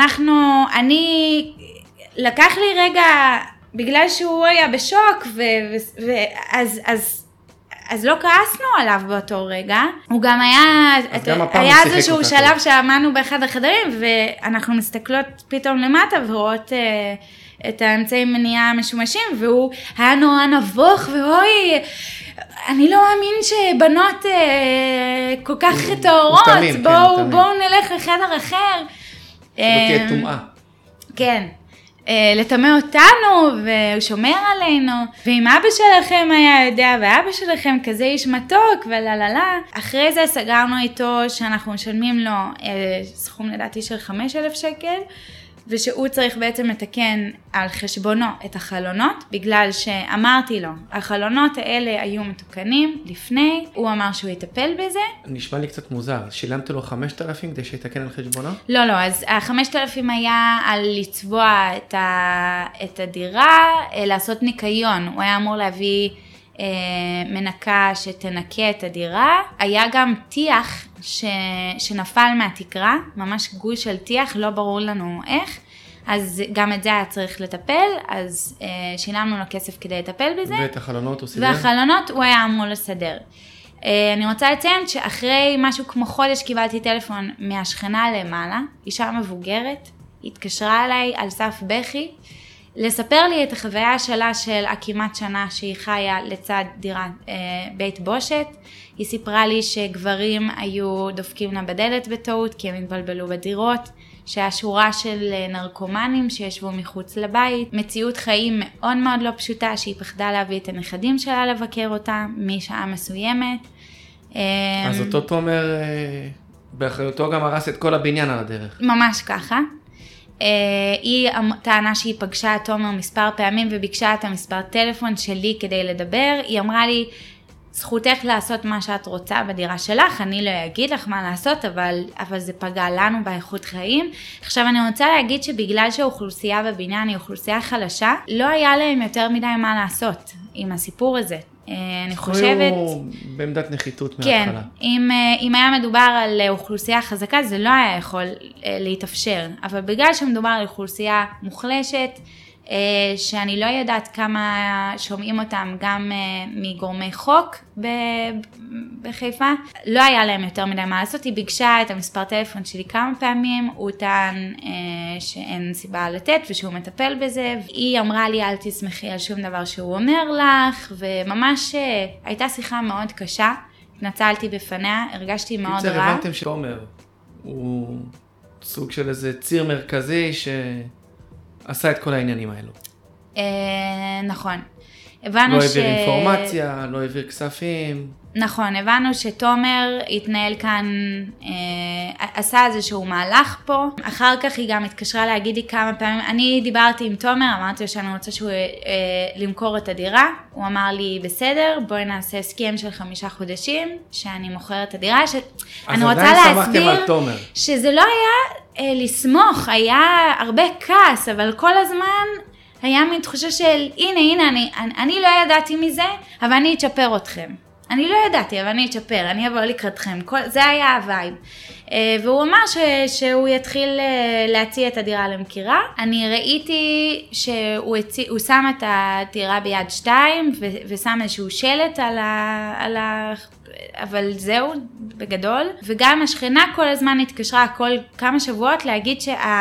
לקח לי רגע, בגלל שהוא היה בשוק, אז לא כעסנו עליו באותו רגע. הוא גם היה איזשהו שלב שעמדנו באחד החדרים, ואנחנו מסתכלות פתאום למטה ורואות את האמצעי מניעה משומשים, והוא היה נורא נבוך, ואוי, אני לא מאמין שבנות כל כך טהורות, בואו נלך לחדר אחר. שלא תהיה טומאה. כן. לטמא אותנו, והוא שומר עלינו, ואם אבא שלכם היה יודע, ואבא שלכם כזה איש מתוק, ולללה. אחרי זה סגרנו איתו שאנחנו משלמים לו סכום לדעתי של 5,000 שקל, ושהוא צריך בעצם לתקן על חשבונו את החלונות, בגלל שאמרתי לו, החלונות האלה היו מתוקנים לפני, הוא אמר שהוא יטפל בזה. נשמע לי קצת מוזר, שילמת לו 5,000 כדי שיתקן על חשבונו? לא, אז ה-5,000 היה על לצבוע את הדירה, לעשות ניקיון, הוא היה אמור להביא מנקה שתנקה את הדירה, היה גם טיח שנפל מהתקרה, ממש גוש של טיח, לא ברור לנו איך, אז גם את זה היה צריך לטפל, אז שילמנו לו כסף כדי לטפל בזה. ואת החלונות הוא סידר? והחלונות הוא היה אמור לסדר. אני רוצה לציין שאחרי משהו כמו חודש קיבלתי טלפון מהשכנה למעלה, אישה מבוגרת, התקשרה אליי על סף בכי, לספר לי את החוויה שלה של כמעט שנה שהיא חיה לצד דירה בית בושת. היא סיפרה לי שגברים היו דופקים לה בדלת בטעות כי הם התבלבלו בדירות, שהשורה של נרקומנים שישבו מחוץ לבית, מציאות חיים מאוד מאוד לא פשוטה שהיא פחדה להביא את הנכדים שלה לבקר אותה משעה מסוימת. אז אותו תומר באחריותו גם הרס את כל הבניין על הדרך. ממש ככה. היא טענה שהיא פגשה את תומר מספר פעמים וביקשה את המספר טלפון שלי כדי לדבר. היא אמרה לי, זכותך לעשות מה שאת רוצה בדירה שלך, אני לא אגיד לך מה לעשות, אבל זה פגע לנו באיכות חיים. עכשיו אני רוצה להגיד שבגלל שהאוכלוסייה בבניין היא אוכלוסייה חלשה, לא היה להם יותר מדי מה לעשות עם הסיפור הזה. אני חושבת... הוא בעמדת נחיתות מההתחלה. כן, אם היה מדובר על אוכלוסייה חזקה, זה לא היה יכול להתאפשר. אבל בגלל שמדובר על אוכלוסייה מוחלשת, שאני לא יודעת כמה שומעים אותם גם מגורמי חוק בחיפה, לא היה להם יותר מדי מה לעשות. היא ביקשה את המספר טלפון שלי כמה פעמים, הוא טען שאין סיבה לתת ושהוא מטפל בזה, היא אמרה לי אל תסמכי על שום דבר שהוא אומר לך, וממש הייתה שיחה מאוד קשה, התנצלתי בפניה, הרגשתי מאוד רע. הבנתם שתומר הוא סוג של איזה ציר מרכזי עשה את כל העניינים האלו. נכון. לא העביר אינפורמציה, לא העביר כספים. נכון, הבנו שתומר התנהל כאן, עשה איזשהו מהלך פה. אחר כך היא גם התקשרה להגיד לי כמה פעמים, אני דיברתי עם תומר, אמרתי לו שאני רוצה שהוא למכור את הדירה. הוא אמר לי, בסדר, בואי נעשה הסכם של 5 חודשים, שאני מוכרת את הדירה. אני רוצה להסביר שזה לא היה לסמוך, היה הרבה כעס, אבל כל הזמן היה מין תחושה של, הנה, אני לא ידעתי מזה, אבל אני אצ'פר אתכם. אני לא ידעתי, אבל אני אצ'פר, אני אבוא לקראתכם. זה היה הווייב. והוא אמר שהוא יתחיל להציע את הדירה למכירה. אני ראיתי שהוא שם את הדירה ביד 2, ושם איזשהו שלט על אבל זהו, בגדול. וגם השכנה כל הזמן התקשרה כל כמה שבועות להגיד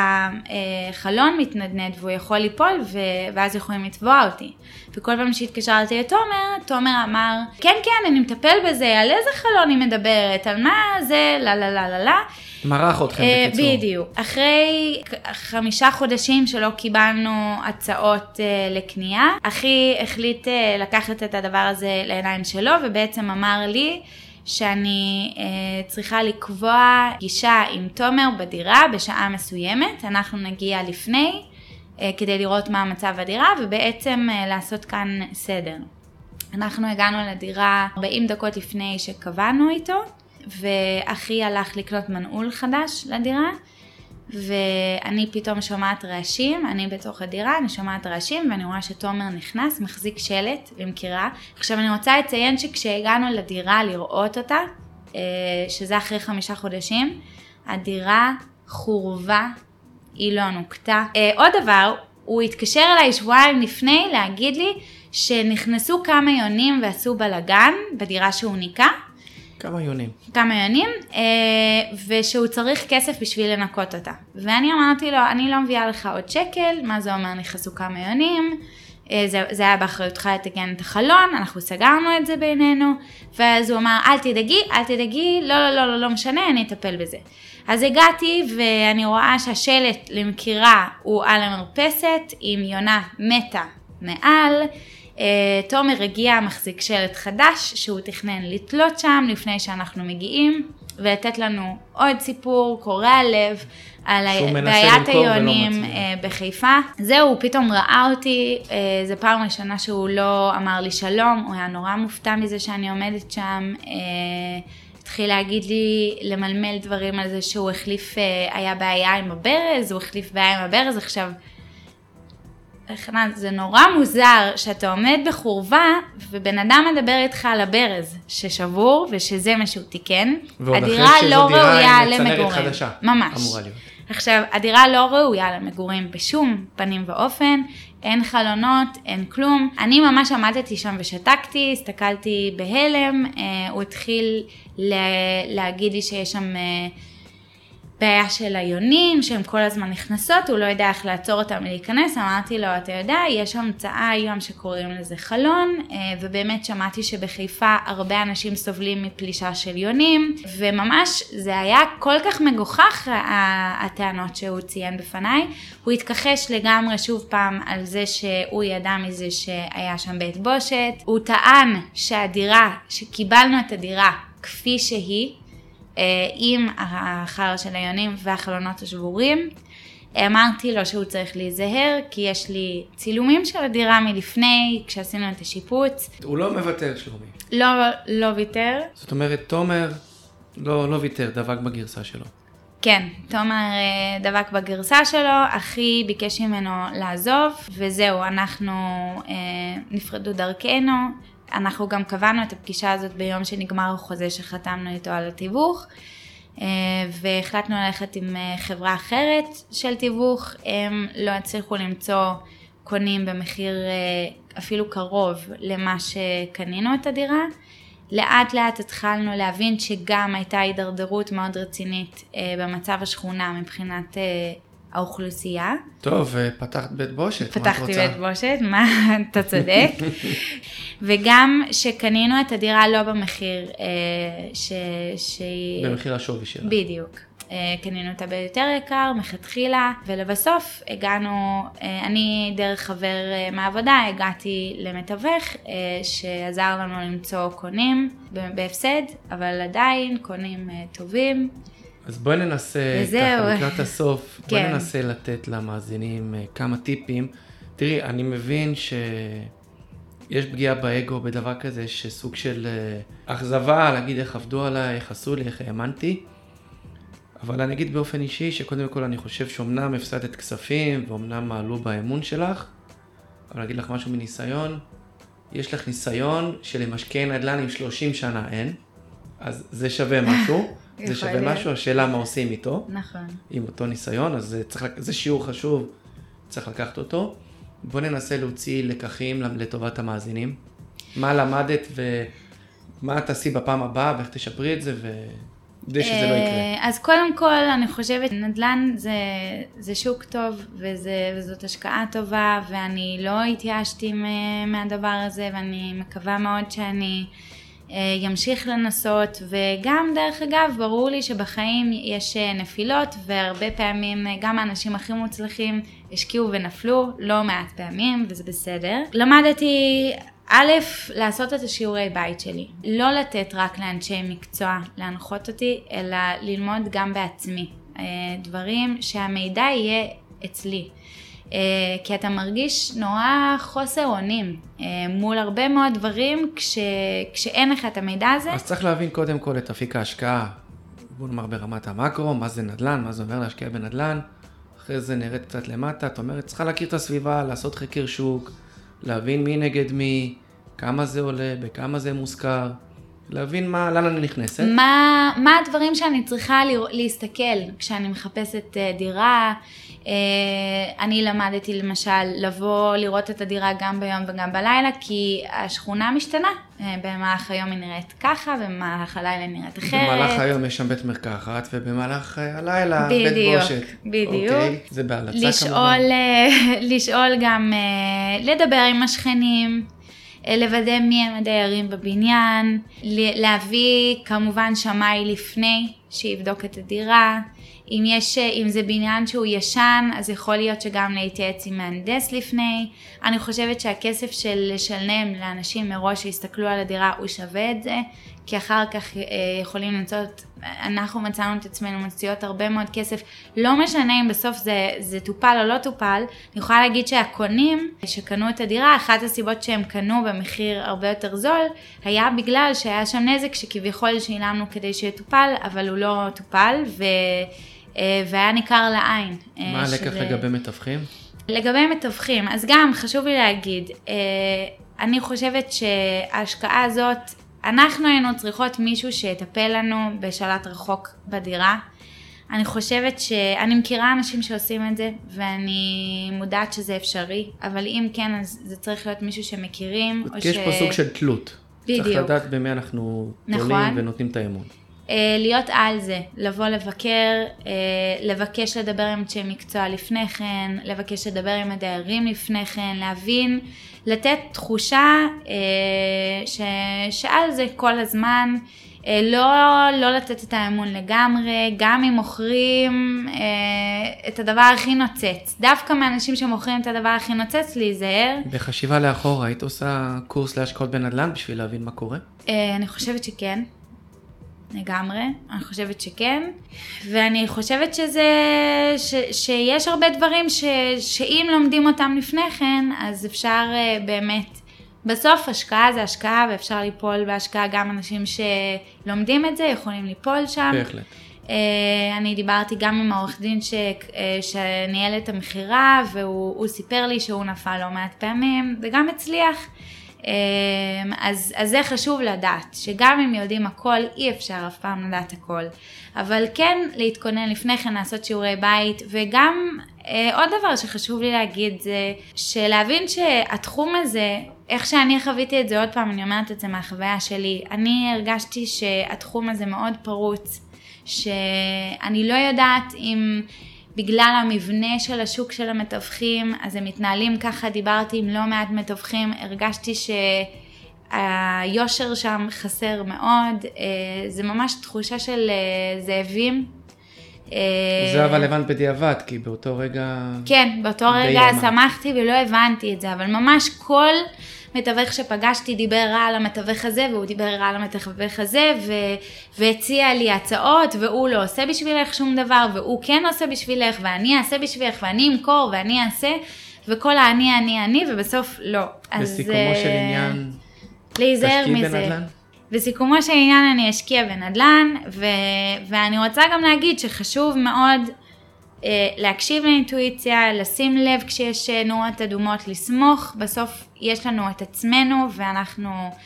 שהחלון מתנדנד והוא יכול ליפול, ואז יכולים לתבוע אותי. וכל פעם שהתקשרתי לתומר, תומר אמר, כן, אני מטפל בזה, על איזה חלון היא מדברת, על מה זה, לא. מרח אתכם בקיצור. בדיוק. אחרי 5 חודשים שלא קיבלנו הצעות לקנייה, אחי החליט לקחת את הדבר הזה לעיניים שלו, ובעצם אמר לי שאני צריכה לקבוע פגישה עם תומר בדירה בשעה מסוימת, אנחנו נגיע לפני, כדי לראות מה המצב בדירה, ובעצם לעשות כאן סדר. אנחנו הגענו לדירה 40 דקות לפני שקבענו איתו, ואחי הלך לקנות מנעול חדש לדירה, ואני פתאום שומעת רעשים, אני בתוך הדירה, אני שומעת רעשים, ואני רואה שתומר נכנס, מחזיק שלט למכירה. עכשיו אני רוצה לציין שכשהגענו לדירה לראות אותה, שזה אחרי 5 חודשים, הדירה חורבה, היא לא נוקטה. עוד דבר, הוא התקשר אליי שבועיים לפני להגיד לי שנכנסו כמה יונים ועשו בלגן בדירה שהוא ניקה. כמה יונים. כמה יונים, ושהוא צריך כסף בשביל לנקות אותה. ואני אמרתי לו, אני לא מביאה לך עוד שקל, מה זה אומר, נכנסו כמה יונים, זה היה באחריותך לתקן את החלון, אנחנו סגרנו את זה בינינו, ואז הוא אמר, אל תדאגי, לא משנה, אני אטפל בזה. אז הגעתי ואני רואה שהשלט למכירה הוא על המרפסת, עם יונה מתה מעל, תומר הגיע מחזיק שלט חדש שהוא תכנן לתלות שם לפני שאנחנו מגיעים, ולתת לנו עוד סיפור קורע לב על בעיית היונים בחיפה. זהו, הוא פתאום ראה אותי, זו פעם ראשונה שהוא לא אמר לי שלום, הוא היה נורא מופתע מזה שאני עומדת שם, התחיל להגיד לי, למלמל דברים על זה שהוא החליף, היה בעיה עם הברז, הוא החליף בעיה עם הברז. עכשיו, זה נורא מוזר שאתה עומד בחורבה ובן אדם מדבר איתך על הברז ששבור ושזה מה שהוא תיקן. הדירה לא ראויה למגורים. ממש. עכשיו, הדירה לא ראויה למגורים בשום פנים ואופן, אין חלונות, אין כלום. אני ממש עמדתי שם ושתקתי, הסתכלתי בהלם, הוא התחיל להגיד לי שיש שם בעיה של היונים, שהן כל הזמן נכנסות, הוא לא יודע איך לעצור אותם להיכנס, אמרתי לו, אתה יודע, יש המצאה היום שקוראים לזה חלון, ובאמת שמעתי שבחיפה הרבה אנשים סובלים מפלישה של יונים, וממש זה היה כל כך מגוחך הטענות שהוא ציין בפניי, הוא התכחש לגמרי שוב פעם על זה שהוא ידע מזה שהיה שם בית בושת, הוא טען שקיבלנו את הדירה כפי שהיא, עם החר של היונים והחלונות השבורים. אמרתי לו שהוא צריך להיזהר, כי יש לי צילומים של הדירה מלפני, כשעשינו את השיפוץ. הוא לא מוותר, שלומי. לא ויתר. זאת אומרת, תומר לא ויתר, דבק בגרסה שלו. כן, תומר דבק בגרסה שלו, אחי ביקש ממנו לעזוב, וזהו, אנחנו נפרדו דרכנו. אנחנו גם קבענו את הפגישה הזאת ביום שנגמר החוזה שחתמנו איתו על התיווך, והחלטנו ללכת עם חברה אחרת של תיווך. הם לא הצליחו למצוא קונים במחיר אפילו קרוב למה שקנינו את הדירה. לאט לאט התחלנו להבין שגם הייתה הידרדרות מאוד רצינית במצב השכונה מבחינת האוכלוסייה. טוב, פתחת בית בושת. פתחתי בית בושת, מה אתה צודק. וגם שקנינו את הדירה לא במחיר במחיר השווי שלה. בדיוק. קנינו אותה ביותר יקר, מחתחילה, ולבסוף הגענו, אני דרך חבר מהעבודה, הגעתי למתווך שעזר לנו למצוא קונים בהפסד, אבל עדיין קונים טובים. אז בואי ננסה, ככה לקראת הסוף, בואי ננסה לתת למאזינים כמה טיפים. תראי, אני מבין שיש פגיעה באגו בדבר כזה, שסוג של אכזבה, להגיד איך עבדו עליי, איך עשו לי, איך האמנתי. אבל אני אגיד באופן אישי שקודם כל אני חושב שאומנם הפסדת כספים, ואומנם מעלו באמון שלך, אבל אני אגיד לך משהו מניסיון, יש לך ניסיון שלמשקיעי נדל"ן עם 30 שנה אין, אז זה שווה משהו. זה שווה משהו, השאלה מה עושים איתו. נכון. עם אותו ניסיון, אז זה שיעור חשוב, צריך לקחת אותו. בוא ננסה להוציא לקחים לטובת המאזינים. מה למדת ומה תעשי בפעם הבאה, ואיך תשפרי את זה, וכדי שזה לא יקרה. אז קודם כל, אני חושבת, נדל"ן זה שוק טוב, וזאת השקעה טובה, ואני לא התייאשתי מהדבר הזה, ואני מקווה מאוד שאני ימשיך לנסות, וגם דרך אגב ברור לי שבחיים יש נפילות, והרבה פעמים גם האנשים הכי מוצלחים השקיעו ונפלו לא מעט פעמים, וזה בסדר. למדתי לעשות את השיעורי בית שלי, לא לתת רק לאנשי מקצוע להנחות אותי, אלא ללמוד גם בעצמי דברים שהמידע יהיה אצלי. כי אתה מרגיש נורא חוסר אונים מול הרבה מאוד דברים כשאין לך את המידע הזה. אז צריך להבין קודם כל את אפיק ההשקעה, בוא נאמר ברמת המקרו, מה זה נדל"ן, מה זה אומר להשקיע בנדל"ן, אחרי זה נרד קצת למטה, את אומרת, צריכה להכיר את הסביבה, לעשות חקר שוק, להבין מי נגד מי, כמה זה עולה, בכמה זה מושכר, להבין לאן אני נכנסת. מה הדברים שאני צריכה להסתכל כשאני מחפשת דירה. אני למדתי למשל לבוא לראות את הדירה גם ביום וגם בלילה, כי השכונה משתנה. במהלך היום היא נראית ככה, ובמהלך הלילה היא נראית אחרת. במהלך היום יש שם בית מרקחת, ובמהלך הלילה בית בושת. בדיוק. אוקיי, זה בהלצה כמובן. לשאול גם, לדבר עם השכנים, לוודא מי הם הדיירים בבניין, להביא כמובן שמאי לפני שיבדוק את הדירה. אם זה בניין שהוא ישן, אז יכול להיות שגם להתייעץ עם מהנדס לפני. אני חושבת שהכסף של לשלם לאנשים מראש שיסתכלו על הדירה הוא שווה את זה, כי אחר כך יכולים למצוא, אנחנו מצאנו את עצמנו מציעות הרבה מאוד כסף, לא משנה אם בסוף זה טופל או לא טופל. אני יכולה להגיד שהקונים שקנו את הדירה, אחת הסיבות שהם קנו במחיר הרבה יותר זול, היה בגלל שהיה שם נזק שכביכול שילמנו כדי שיטופל, אבל הוא לא טופל, והיה ניכר לעין. מה הלקח לגבי מתווכים? לגבי מתווכים, אז גם חשוב לי להגיד, אני חושבת שההשקעה הזאת, אנחנו היינו צריכות מישהו שיטפל לנו בשלט רחוק בדירה. אני חושבת שאני מכירה אנשים שעושים את זה, ואני מודעת שזה אפשרי, אבל אם כן, אז זה צריך להיות מישהו שמכירים. יש פה סוג של תלות. בדיוק. צריך לדעת במי אנחנו תולים ונותנים את האמון. להיות על זה, לבוא לבקר, לבקש לדבר עם אנשי מקצוע לפני כן, לבקש לדבר עם הדיירים לפני כן, להבין, לתת תחושה שעל זה כל הזמן, לא לתת את האמון לגמרי, גם אם מוכרים את הדבר הכי נוצץ. דווקא מאנשים שמוכרים את הדבר הכי נוצץ, להיזהר. בחשיבה לאחור, היית עושה קורס להשקעות בנדל"ן בשביל להבין מה קורה? אני חושבת שכן. לגמרי, אני חושבת שכן, ואני חושבת שיש הרבה דברים שאם לומדים אותם לפני כן, אז אפשר באמת, בסוף השקעה זה השקעה, ואפשר ליפול בהשקעה, גם אנשים שלומדים את זה יכולים ליפול שם. בהחלט. אני דיברתי גם עם העורך דין שניהל את המחירה, והוא סיפר לי שהוא נפל לא מעט פעמים, וגם הצליח. אז זה חשוב לדעת, שגם אם יודעים הכל, אי אפשר אף פעם לדעת הכל. אבל כן להתכונן לפני כן, לעשות שיעורי בית, וגם עוד דבר שחשוב לי להגיד, זה שלהבין שהתחום הזה, איך שאני חוויתי את זה, עוד פעם אני אומרת את זה מהחוויה שלי, אני הרגשתי שהתחום הזה מאוד פרוץ, שאני לא יודעת אם בגלל המבנה של השוק של המתווכים, אז הם מתנהלים ככה, דיברתי עם לא מעט מתווכים, הרגשתי שהיושר שם חסר מאוד, זה ממש תחושה של זאבים. זה אבל הבנת בדיעבד, כי באותו רגע... כן, באותו רגע שמחתי ולא הבנתי את זה, אבל ממש כל מתווך שפגשתי דיבר רע על המתווך הזה, והוא דיבר רע על המתווך הזה, והציע לי הצעות, והוא לא עושה בשבילך שום דבר, והוא כן עושה בשבילך, ואני אעשה בשבילך, ואני אמכור, ואני אעשה, וכל אני, ובסוף לא. בסיכומו של עניין, להיזהר תשקיע מזה. בנדל"ן? בסיכומו של עניין אני אשקיע בנדל"ן, ואני רוצה גם להגיד שחשוב מאוד להקשיב לאינטואיציה, לשים לב כשיש נורות אדומות, לסמוך, בסוף יש לנו את עצמנו, ואנחנו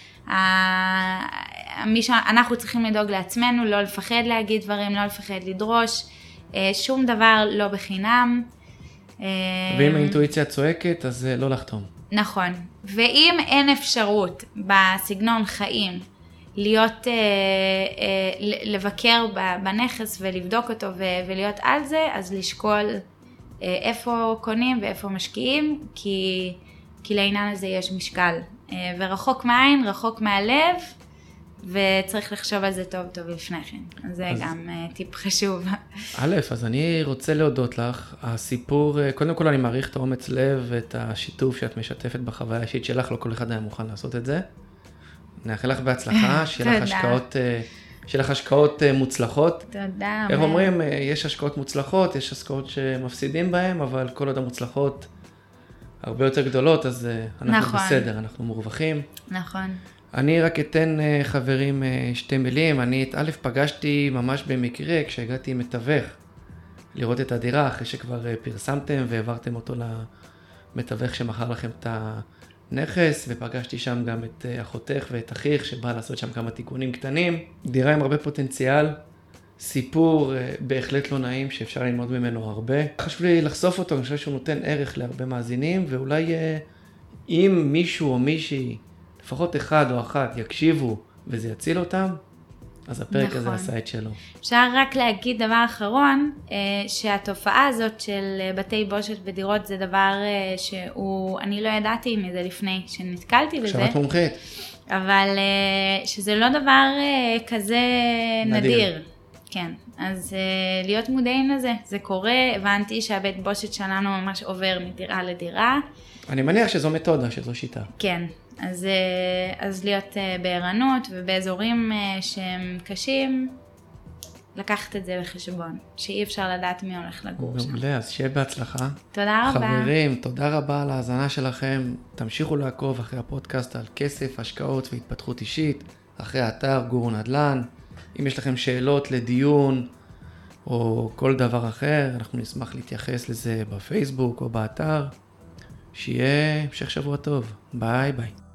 אנחנו צריכים לדאוג לעצמנו, לא לפחד להגיד דברים, לא לפחד לדרוש, שום דבר לא בחינם. ואם האינטואיציה צועקת, אז לא לחתום. נכון, ואם אין אפשרות בסגנון חיים, לבקר בנכס ולבדוק אותו ולהיות על זה, אז לשקול איפה קונים ואיפה משקיעים, כי לעניין הזה יש משקל. ורחוק מהעין, רחוק מהלב, וצריך לחשוב על זה טוב טוב לפני כן. זה גם טיפ חשוב. אז אני רוצה להודות לך. הסיפור, קודם כל אני מעריך את האומץ לב ואת השיתוף שאת משתפת בחוויה האישית שלך, לא כל אחד היה מוכן לעשות את זה. נאחל לך בהצלחה, שיהיה לך השקעות מוצלחות. תודה. איך אומרים, יש השקעות מוצלחות, יש השקעות שמפסידים בהן, אבל כל עוד המוצלחות הרבה יותר גדולות, אז אנחנו בסדר, אנחנו מורווחים. נכון. אני רק אתן חברים שתי מילים, אני את א' פגשתי ממש במקרה כשהגעתי עם מתווך לראות את הדירה, אחרי שכבר פרסמתם והעברתם אותו למתווך שמכר לכם את נכס, ופגשתי שם גם את אחותך ואת אחיך, שבא לעשות שם כמה תיקונים קטנים. דירה עם הרבה פוטנציאל, סיפור בהחלט לא נעים, שאפשר ללמוד ממנו הרבה. חשוב לי לחשוף אותו, אני חושב שהוא נותן ערך להרבה מאזינים, ואולי אם מישהו או מישהי, לפחות אחד או אחת, יקשיבו וזה יציל אותם, אז הפרק הזה עשה את שלו. אפשר רק להגיד דבר אחרון, שהתופעה הזאת של בתי בושת ודירות זה דבר שהוא, אני לא ידעתי מזה לפני שנתקלתי בזה. שרת מומחית. אבל שזה לא דבר כזה נדיר. כן, אז להיות מודעים לזה, זה קורה, הבנתי שהבית בושת שלנו ממש עובר מדירה לדירה. אני מניח שזו מתודה, שזו שיטה. כן, אז להיות בערנות ובאזורים שהם קשים, לקחת את זה בחשבון, שאי אפשר לדעת מי הולך לגור שם. מעולה, אז שיהיה בהצלחה. תודה רבה. חברים, תודה רבה על ההאזנה שלכם. תמשיכו לעקוב אחרי הפודקאסט על כסף, השקעות והתפתחות אישית, אחרי האתר גורו נדל"ן. אם יש לכם שאלות לדיון או כל דבר אחר, אנחנו נשמח להתייחס לזה בפייסבוק או באתר. שיהיה המשך שבוע טוב. ביי ביי.